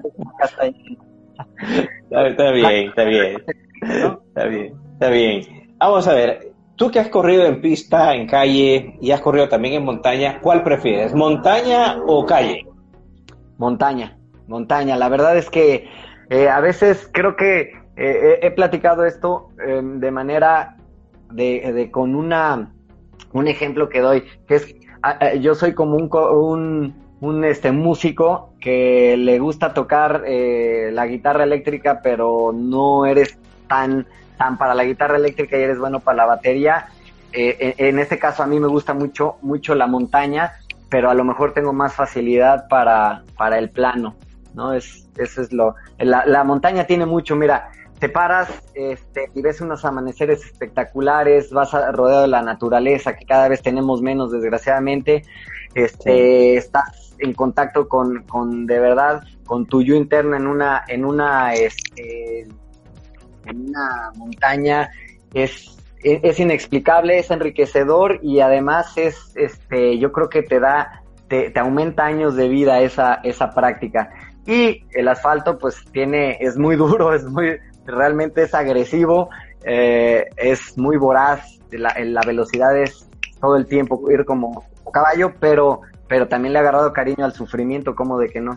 Está, está bien, está bien, está bien, está bien. Vamos a ver. Tú que has corrido en pista, en calle y has corrido también en montaña, ¿cuál prefieres? ¿Montaña o calle? Montaña, montaña. La verdad es que eh, a veces creo que eh, he platicado esto eh, de manera de, de con una un ejemplo que doy, que es eh, yo soy como un un, un este músico que le gusta tocar eh, la guitarra eléctrica, pero no eres tan tan para la guitarra eléctrica y eres bueno para la batería. Eh, en, en este caso a mí me gusta mucho, mucho la montaña, pero a lo mejor tengo más facilidad para, para el plano. ¿no? Es, eso es lo, la, la montaña tiene mucho, mira, te paras, este, y ves unos amaneceres espectaculares, vas a, rodeado de la naturaleza, que cada vez tenemos menos, desgraciadamente, este, sí. Estás en contacto con, con, de verdad, con tu yo interno en una, en una, este, en una montaña, es, es, es inexplicable, es enriquecedor, y además es, este, yo creo que te da, te, te aumenta años de vida esa, esa práctica. Y el asfalto, pues, tiene, es muy duro, es muy, realmente es agresivo, eh, es muy voraz, la, la velocidad es todo el tiempo ir como caballo, pero, pero también le ha agarrado cariño al sufrimiento, ¿cómo de que no?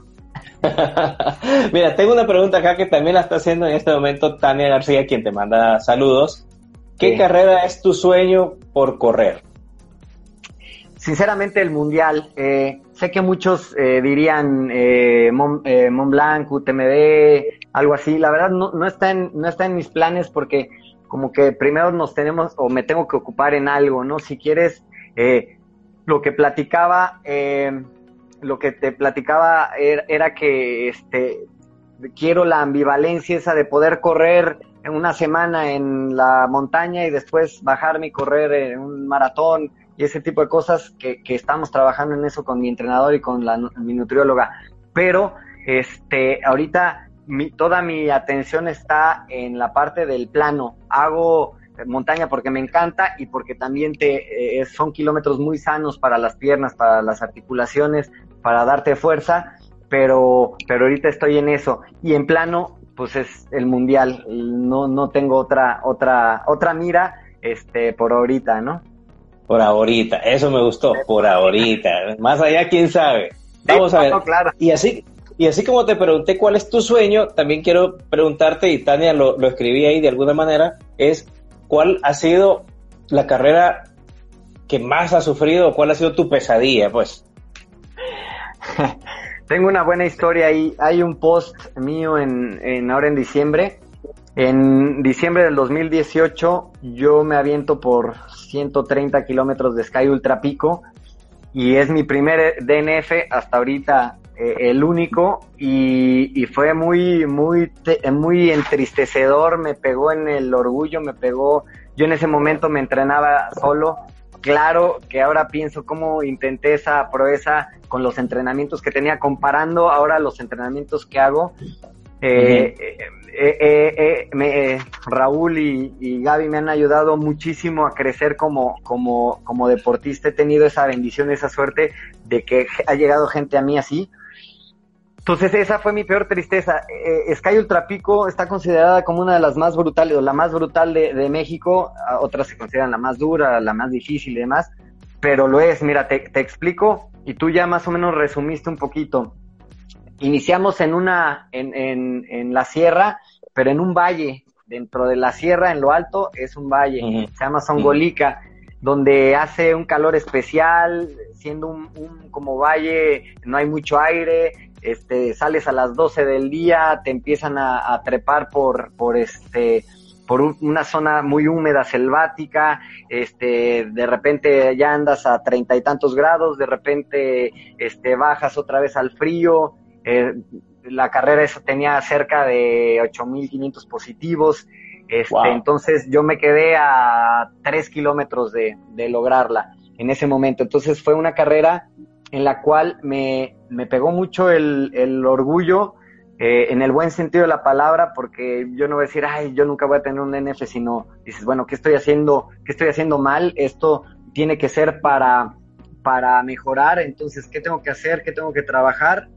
Mira, tengo una pregunta acá que también la está haciendo en este momento Tania García, quien te manda saludos. ¿Qué sí. carrera es tu sueño por correr? Sinceramente, el Mundial. Eh, sé que muchos eh, dirían eh, Mont, eh, Mont Blanc, U T M B, algo así. La verdad no, no está en, no está en mis planes, porque como que primero nos tenemos, o me tengo que ocupar en algo, ¿no? Si quieres, eh, lo que platicaba, eh, lo que te platicaba era, era que este quiero la ambivalencia esa de poder correr en una semana en la montaña y después bajarme y correr en un maratón y ese tipo de cosas, que, que estamos trabajando en eso con mi entrenador y con la, mi nutrióloga. Pero este ahorita mi, toda mi atención está en la parte del plano. Hago montaña porque me encanta y porque también te eh, son kilómetros muy sanos para las piernas, para las articulaciones, para darte fuerza, pero pero ahorita estoy en eso. Y en plano, pues es el Mundial. No no tengo otra otra otra mira este por ahorita, ¿no? Por ahorita, eso me gustó, por ahorita. Más allá, quién sabe. Vamos sí, a ver. No, claro. Y así y así como te pregunté cuál es tu sueño, también quiero preguntarte, y Tania lo, lo escribí ahí de alguna manera, es ¿cuál ha sido la carrera que más has sufrido o cuál ha sido tu pesadilla, pues? Tengo una buena historia ahí. Hay un post mío en, en ahora en diciembre. En diciembre del dos mil dieciocho yo me aviento por ciento treinta kilómetros de Sky Ultra Pico y es mi primer D N F hasta ahorita, eh, el único, y, y fue muy muy te, muy entristecedor. Me pegó en el orgullo, me pegó. Yo en ese momento me entrenaba solo. Claro que ahora pienso cómo intenté esa proeza con los entrenamientos que tenía, comparando ahora los entrenamientos que hago. Eh, uh-huh. eh, eh, eh, eh, me, eh, Raúl y, y Gaby me han ayudado muchísimo a crecer como, como, como deportista. He tenido esa bendición, esa suerte de que ha llegado gente a mí así. Entonces esa fue mi peor tristeza. Eh, Sky Ultra Pico está considerada como una de las más brutales, o la más brutal de, de México. Otras se consideran la más dura, la más difícil y demás, pero lo es. Mira, te, te explico y tú ya más o menos resumiste un poquito. Iniciamos en una, en, en, en la sierra, pero en un valle. Dentro de la sierra, en lo alto, es un valle. Uh-huh. Se llama Songolica, uh-huh. donde hace un calor especial, siendo un, un como valle, no hay mucho aire. Este, sales a las doce del día, te empiezan a, a trepar por, por este, por un, una zona muy húmeda, selvática, este, de repente ya andas a treinta y tantos grados, de repente, este, bajas otra vez al frío. Eh, la carrera esa tenía cerca de ocho mil quinientos positivos, este, wow. Entonces yo me quedé a tres kilómetros de, de lograrla en ese momento. Entonces fue una carrera en la cual me, me pegó mucho el, el orgullo, eh, en el buen sentido de la palabra, porque yo no voy a decir, ay, yo nunca voy a tener un D N F, sino dices, bueno, ¿qué estoy haciendo, qué estoy haciendo mal? Esto tiene que ser para, para mejorar, entonces, ¿qué tengo que hacer? ¿Qué tengo que trabajar?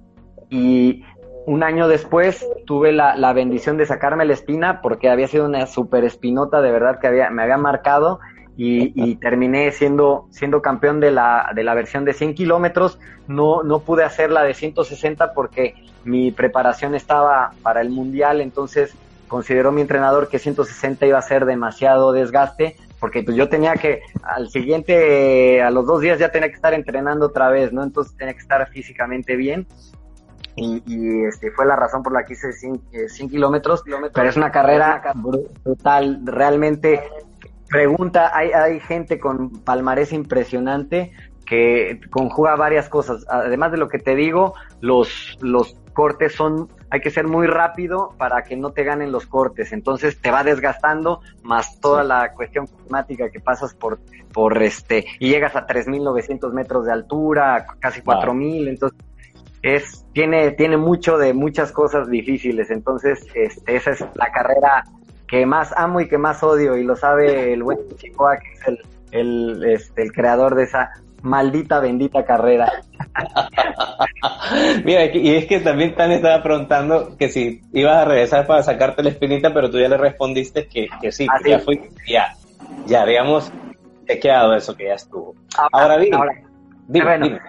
Y un año después tuve la, la bendición de sacarme la espina, porque había sido una super espinota, de verdad, que había, me había marcado. Y, y terminé siendo siendo campeón de la de la versión de cien kilómetros. No no pude hacer la de ciento sesenta porque mi preparación estaba para el Mundial, entonces consideró mi entrenador que ciento sesenta iba a ser demasiado desgaste, porque pues yo tenía que, al siguiente, a los dos días ya tenía que estar entrenando otra vez, ¿no? Entonces tenía que estar físicamente bien. Y, y este fue la razón por la que hice cien kilómetros, pero es una carrera brutal, realmente. Pregunta, hay, hay gente con palmarés impresionante que conjuga varias cosas. Además de lo que te digo, los, los cortes son, hay que ser muy rápido para que no te ganen los cortes, entonces te va desgastando, más toda sí. la cuestión climática que pasas por, por este, y llegas a tres mil novecientos metros de altura, casi cuatro mil, wow. entonces es, tiene, tiene mucho de muchas cosas difíciles, entonces este, esa es la carrera que más amo y que más odio, y lo sabe el buen Chicoa, que es el, el, este, el creador de esa maldita, bendita carrera. Mira, y es que también Tania estaba preguntando que si ibas a regresar para sacarte la espinita, pero tú ya le respondiste que, que sí, ¿Ah, que sí? ya fui, ya, ya habíamos chequeado eso, que ya estuvo. Ahora, ahora bien, ahora, dime, bueno, dime.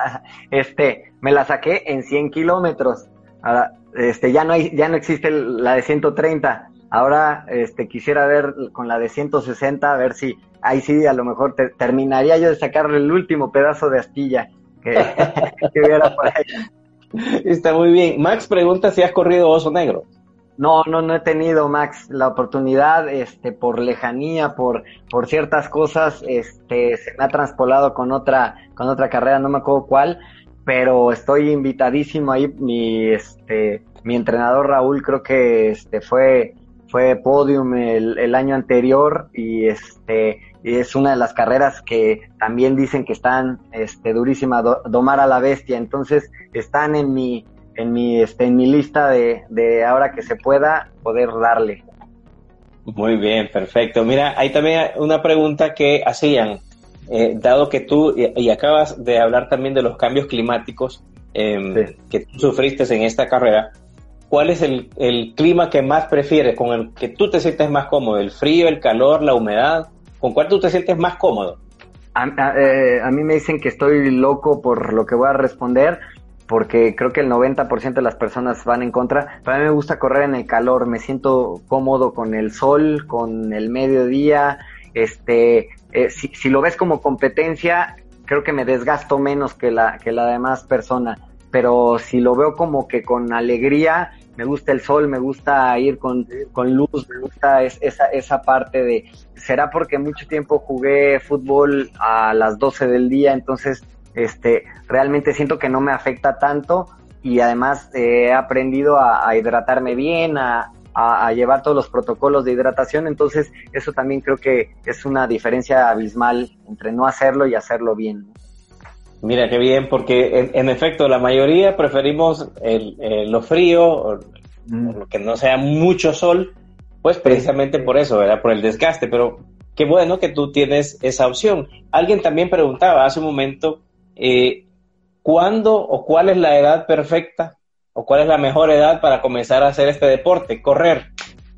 este, me la saqué en cien kilómetros. Ahora, este, ya no hay, ya no existe la de ciento treinta. Ahora, este, quisiera ver con la de ciento sesenta, a ver si ahí sí a lo mejor te, terminaría yo de sacarle el último pedazo de astilla que, que hubiera por ahí. Está muy bien. Max pregunta si has corrido Oso Negro. No, no, no he tenido, Max, la oportunidad, este, por lejanía, por, por ciertas cosas, este, se me ha traspolado con otra, con otra carrera, no me acuerdo cuál, pero estoy invitadísimo ahí. Mi, este, mi entrenador Raúl creo que, este, fue, fue podium el, el año anterior, y este, y es una de las carreras que también dicen que están, este, durísima, do, domar a la bestia, entonces están en mi, en mi, este, en mi lista de, de ahora que se pueda poder darle. Muy bien, perfecto. Mira, hay también una pregunta que hacían, eh, dado que tú, y, y acabas de hablar también de los cambios climáticos eh, sí. que tú sufriste en esta carrera, ¿cuál es el, el clima que más prefieres, con el que tú te sientes más cómodo? ¿El frío, el calor, la humedad? ¿Con cuál tú te sientes más cómodo? A, a, eh, a mí me dicen que estoy loco por lo que voy a responder, porque creo que el noventa por ciento de las personas van en contra, pero a mí me gusta correr en el calor, me siento cómodo con el sol, con el mediodía, este, eh, si, si lo ves como competencia, creo que me desgasto menos que la, que la demás persona, pero si lo veo como que con alegría, me gusta el sol, me gusta ir con, con luz, me gusta es, esa, esa parte de, será porque mucho tiempo jugué fútbol a las doce del día, entonces este, realmente siento que no me afecta tanto, y además eh, he aprendido a, a hidratarme bien, a, a, a llevar todos los protocolos de hidratación, entonces eso también creo que es una diferencia abismal entre no hacerlo y hacerlo bien. Mira qué bien, porque en, en efecto la mayoría preferimos el, el, lo frío, o, mm. o que no sea mucho sol, pues precisamente por eso, ¿verdad? Por el desgaste, pero qué bueno que tú tienes esa opción. Alguien también preguntaba hace un momento, eh, ¿cuándo o cuál es la edad perfecta o cuál es la mejor edad para comenzar a hacer este deporte, correr?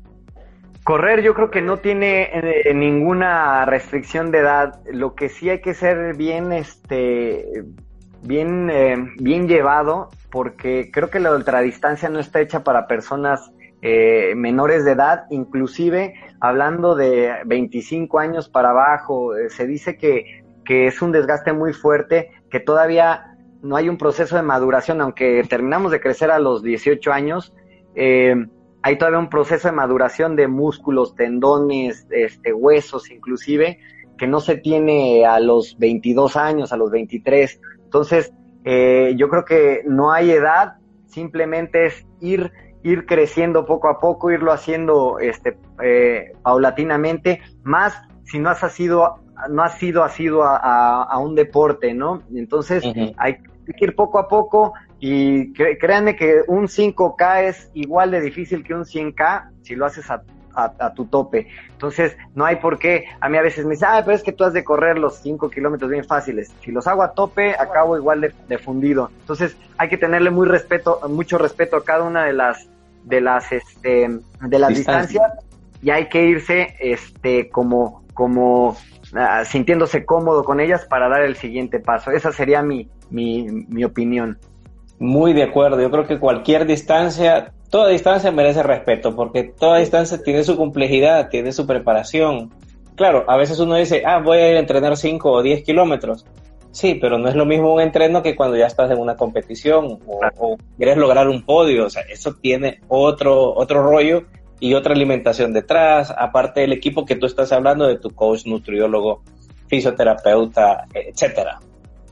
Correr yo creo que no tiene eh, ninguna restricción de edad. Lo que sí hay que ser bien, este, bien, eh, bien llevado, porque creo que la ultradistancia no está hecha para personas eh, menores de edad. Inclusive hablando de veinticinco años para abajo, eh, se dice que, que es un desgaste muy fuerte, que todavía no hay un proceso de maduración, aunque terminamos de crecer a los dieciocho años. Eh, Hay todavía un proceso de maduración de músculos, tendones, este, huesos inclusive, que no se tiene a los veintidós años, a los veintitrés. Entonces, eh, yo creo que no hay edad, simplemente es ir, ir creciendo poco a poco, irlo haciendo este, eh, paulatinamente, más si no has sido, no has sido asiduo a, a, a un deporte, ¿no? Entonces, uh-huh. hay que ir poco a poco. Y cre- créanme que un cinco K es igual de difícil que un cien K si lo haces a, a, a tu tope. Entonces, no hay por qué. A mí a veces me dicen, ah, pero es que tú has de correr los cinco kilómetros bien fáciles. Si los hago a tope, acabo igual de, de fundido. Entonces, hay que tenerle muy respeto, mucho respeto a cada una de las, de las, este, de las Distancia. distancias, y hay que irse, este, como, como, uh, sintiéndose cómodo con ellas para dar el siguiente paso. Esa sería mi, mi, mi opinión. Muy de acuerdo, yo creo que cualquier distancia, toda distancia merece respeto, porque toda distancia tiene su complejidad, tiene su preparación. Claro, a veces uno dice, ah, voy a ir a entrenar cinco o diez kilómetros. Sí, pero no es lo mismo un entreno que cuando ya estás en una competición o, o quieres lograr un podio. O sea, eso tiene otro, otro rollo y otra alimentación detrás, aparte del equipo que tú estás hablando, de tu coach, nutriólogo, fisioterapeuta, etcétera.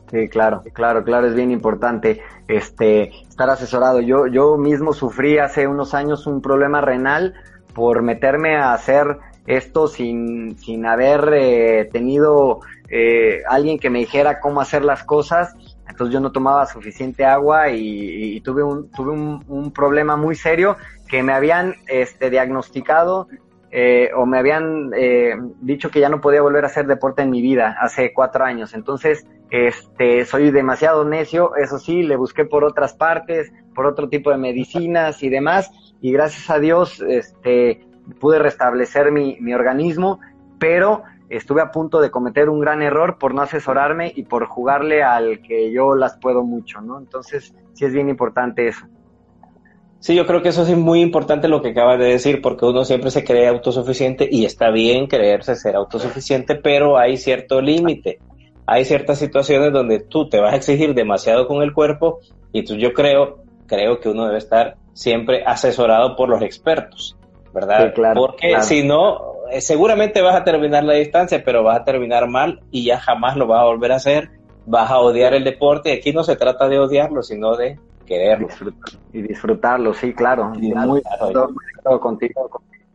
Sí, claro, claro, claro, es bien importante este estar asesorado. Yo, yo mismo sufrí hace unos años un problema renal por meterme a hacer esto sin, sin haber eh, tenido eh, alguien que me dijera cómo hacer las cosas. Entonces yo no tomaba suficiente agua y, y tuve un, tuve un, un problema muy serio que me habían este, diagnosticado eh, o me habían eh, dicho que ya no podía volver a hacer deporte en mi vida hace cuatro años. Entonces, este, soy demasiado necio, eso sí, le busqué por otras partes, por otro tipo de medicinas y demás, y gracias a Dios, este, pude restablecer mi, mi organismo, pero estuve a punto de cometer un gran error por no asesorarme y por jugarle al que yo las puedo mucho, ¿no? Entonces, sí es bien importante eso. Sí, yo creo que eso es muy importante lo que acabas de decir, porque uno siempre se cree autosuficiente y está bien creerse ser autosuficiente, pero hay cierto límite. Hay ciertas situaciones donde tú te vas a exigir demasiado con el cuerpo y tú, yo creo, creo que uno debe estar siempre asesorado por los expertos, ¿verdad? Sí, claro, porque claro. Si no, eh, seguramente vas a terminar la distancia, pero vas a terminar mal y ya jamás lo vas a volver a hacer, vas a odiar el deporte. Aquí no se trata de odiarlo, sino de quererlo. Disfrutar, y disfrutarlo, sí, claro. Sí, muy claro, claro, muy claro contigo.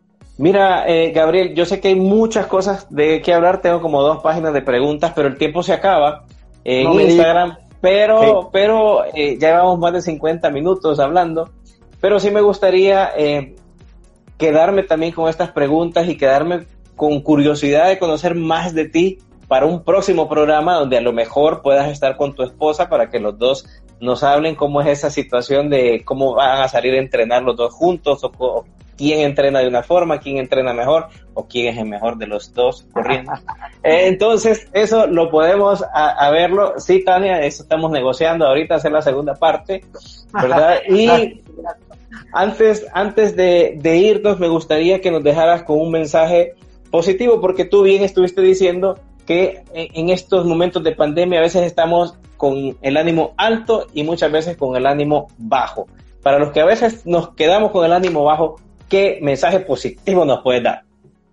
Mira, eh, Gabriel, yo sé que hay muchas cosas de qué hablar, tengo como dos páginas de preguntas, pero el tiempo se acaba en no Instagram, pero, sí. pero eh, ya llevamos más de cincuenta minutos hablando, pero sí me gustaría eh, quedarme también con estas preguntas y quedarme con curiosidad de conocer más de ti para un próximo programa donde a lo mejor puedas estar con tu esposa para que los dos nos hablen cómo es esa situación de cómo van a salir a entrenar los dos juntos, o, o quién entrena de una forma, quién entrena mejor, o quién es el mejor de los dos corriendo. Eh, entonces, eso lo podemos a, a verlo. Sí, Tania, eso estamos negociando ahorita, hacer la segunda parte, ¿verdad? Y antes, antes de, de irnos, me gustaría que nos dejaras con un mensaje positivo, porque tú bien estuviste diciendo que en estos momentos de pandemia a veces estamos con el ánimo alto y muchas veces con el ánimo bajo. Para los que a veces nos quedamos con el ánimo bajo, ¿qué mensaje positivo nos puedes dar?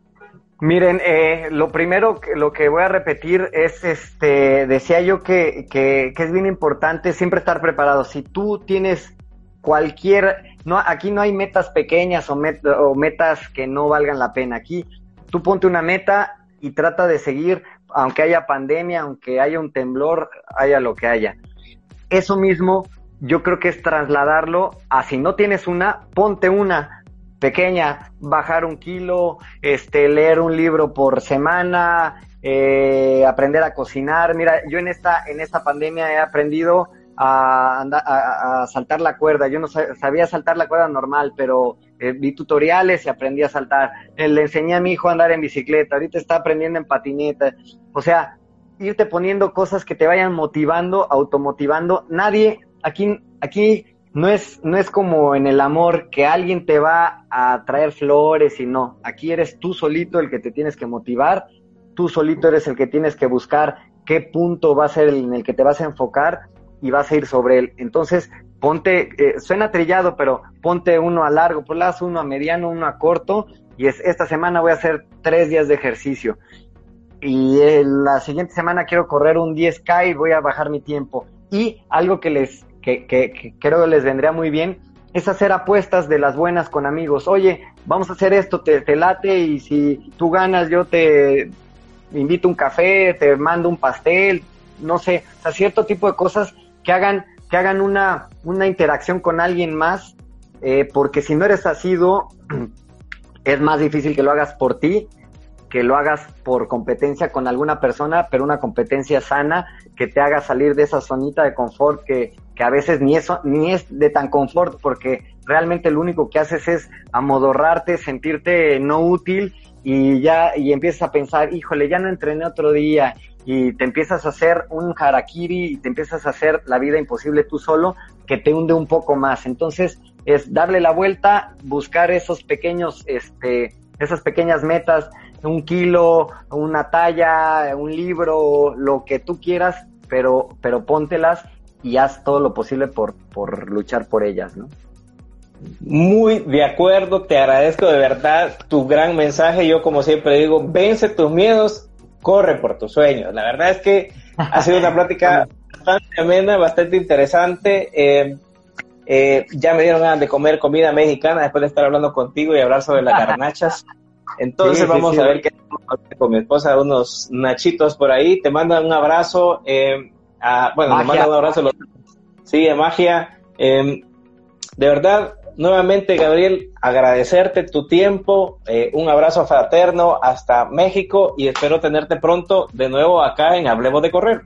Miren, eh, lo primero, que, lo que voy a repetir es, este, decía yo que, que, que es bien importante siempre estar preparado. Si tú tienes cualquier, no, aquí no hay metas pequeñas o, met, o metas que no valgan la pena. Aquí tú ponte una meta y trata de seguir, aunque haya pandemia, aunque haya un temblor, haya lo que haya. Eso mismo yo creo que es trasladarlo a, si no tienes una, ponte una pequeña, bajar un kilo, este, leer un libro por semana, eh, aprender a cocinar. Mira, yo en esta, en esta pandemia he aprendido a, andar, a, a saltar la cuerda. Yo no sabía saltar la cuerda normal, pero eh, vi tutoriales y aprendí a saltar. Eh, le enseñé a mi hijo a andar en bicicleta, ahorita está aprendiendo en patineta. O sea, irte poniendo cosas que te vayan motivando, automotivando. Nadie, aquí, aquí no es, no es como en el amor que alguien te va a traer flores y no. Aquí eres tú solito el que te tienes que motivar, tú solito eres el que tienes que buscar qué punto va a ser el en el que te vas a enfocar y vas a ir sobre él. Entonces, ponte, eh, suena trillado, pero ponte uno a largo plazo, uno a mediano, uno a corto, y es, esta semana voy a hacer tres días de ejercicio, y eh, la siguiente semana quiero correr un diez K y voy a bajar mi tiempo. Y algo que les, que, que, que creo que les vendría muy bien, es hacer apuestas de las buenas con amigos. Oye, vamos a hacer esto, te, te late, y si tú ganas, yo te invito un café, te mando un pastel, no sé, o sea, cierto tipo de cosas que hagan, que hagan una, una interacción con alguien más, eh, porque si no eres asiduo, es más difícil que lo hagas por ti, que lo hagas por competencia con alguna persona, pero una competencia sana, que te haga salir de esa zonita de confort que, que a veces ni eso, ni es de tan confort, porque realmente lo único que haces es amodorrarte, sentirte no útil, y ya, y empiezas a pensar, híjole, ya no entrené otro día, y te empiezas a hacer un harakiri y te empiezas a hacer la vida imposible tú solo, que te hunde un poco más. Entonces, es darle la vuelta, buscar esos pequeños, este, esas pequeñas metas, un kilo, una talla, un libro, lo que tú quieras, pero, pero póntelas y haz todo lo posible por, por luchar por ellas, ¿no? Muy de acuerdo, te agradezco de verdad tu gran mensaje. Yo, como siempre digo, vence tus miedos, corre por tus sueños. La verdad es que ha sido una plática bastante amena, bastante interesante. Eh, eh, ya me dieron ganas de comer comida mexicana después de estar hablando contigo y hablar sobre las garnachas. Entonces sí, sí, vamos sí, a ver qué con mi esposa, unos nachitos por ahí. Te mandan un abrazo. Eh, a, bueno, me mandan un abrazo. Los, sí, de magia. Eh, de verdad, nuevamente, Gabriel, agradecerte tu tiempo. Eh, un abrazo fraterno hasta México y espero tenerte pronto de nuevo acá en Hablemos de Correr.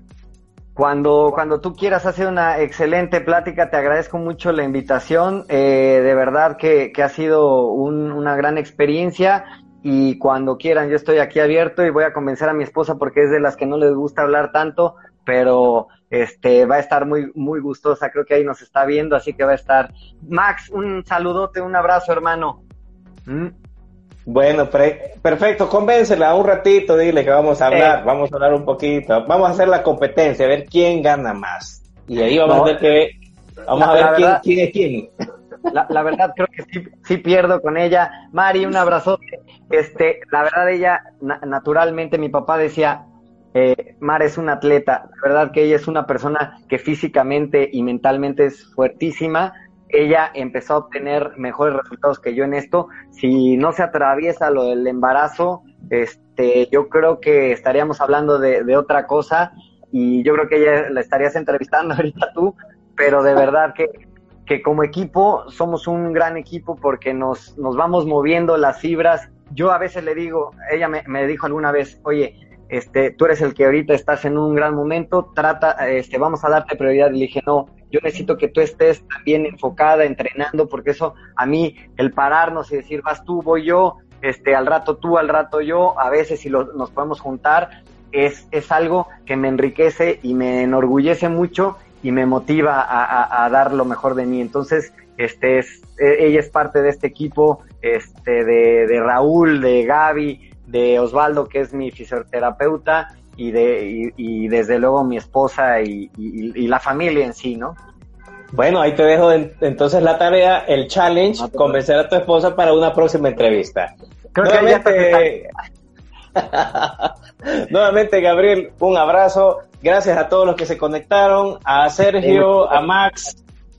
Cuando, cuando tú quieras, ha sido una excelente plática, te agradezco mucho la invitación, eh, de verdad que, que ha sido un, una gran experiencia y cuando quieran yo estoy aquí abierto y voy a convencer a mi esposa porque es de las que no les gusta hablar tanto, pero este va a estar muy, muy gustosa, creo que ahí nos está viendo, así que va a estar. Max, un saludote, un abrazo, hermano. ¿Mm? Bueno, pre- perfecto, convéncela un ratito, dile que vamos a hablar, eh. vamos a hablar un poquito, vamos a hacer la competencia, a ver quién gana más. Y ahí vamos no, a ver que, vamos la, a ver quién, verdad, quién es quién. La, la verdad creo que sí, sí pierdo con ella. Mari, un abrazote. Este, la verdad ella, na- naturalmente mi papá decía, eh, Mar es una atleta, la verdad que ella es una persona que físicamente y mentalmente es fuertísima. Ella empezó a obtener mejores resultados que yo en esto. Si no se atraviesa lo del embarazo, este, yo creo que estaríamos hablando de, de otra cosa y yo creo que ella la estarías entrevistando ahorita tú, pero de verdad que, que como equipo somos un gran equipo porque nos, nos vamos moviendo las fibras. Yo a veces le digo, ella me, me dijo alguna vez, oye, este, tú eres el que ahorita estás en un gran momento, trata, este, vamos a darte prioridad. Y le dije, no, yo necesito que tú estés también enfocada, entrenando, porque eso, a mí, el pararnos y decir, vas tú, voy yo, este, al rato tú, al rato yo, a veces si lo, nos podemos juntar, es, es algo que me enriquece y me enorgullece mucho y me motiva a, a, a dar lo mejor de mí. Entonces, este, es, ella es parte de este equipo, este, de, de Raúl, de Gaby, de Osvaldo, que es mi fisioterapeuta, y de y, y desde luego mi esposa y, y, y la familia en sí, ¿no? Bueno, ahí te dejo en, entonces la tarea, el challenge, no, convencer a tu esposa para una próxima entrevista. Creo Nuevamente, que ya Nuevamente, Gabriel, un abrazo. Gracias a todos los que se conectaron, a Sergio, a Max,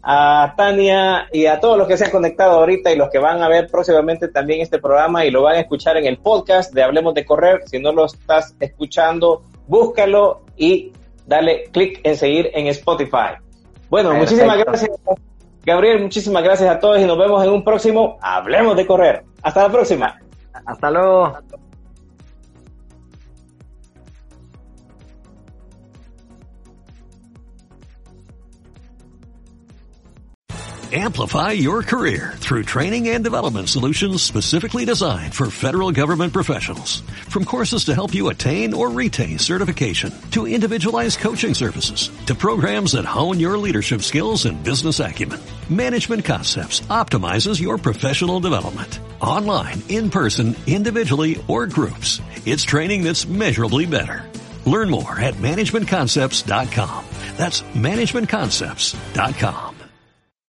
a Tania y a todos los que se han conectado ahorita y los que van a ver próximamente también este programa y lo van a escuchar en el podcast de Hablemos de Correr. Si no lo estás escuchando, búscalo y dale clic en seguir en Spotify. Bueno, Perfecto. Muchísimas gracias, Gabriel, muchísimas gracias a todos y nos vemos en un próximo Hablemos de Correr. Hasta la próxima. Hasta luego. Amplify your career through training and development solutions specifically designed for federal government professionals. From courses to help you attain or retain certification, to individualized coaching services, to programs that hone your leadership skills and business acumen, Management Concepts optimizes your professional development. Online, in person, individually, or groups, it's training that's measurably better. Learn more at management concepts dot com. That's management concepts dot com.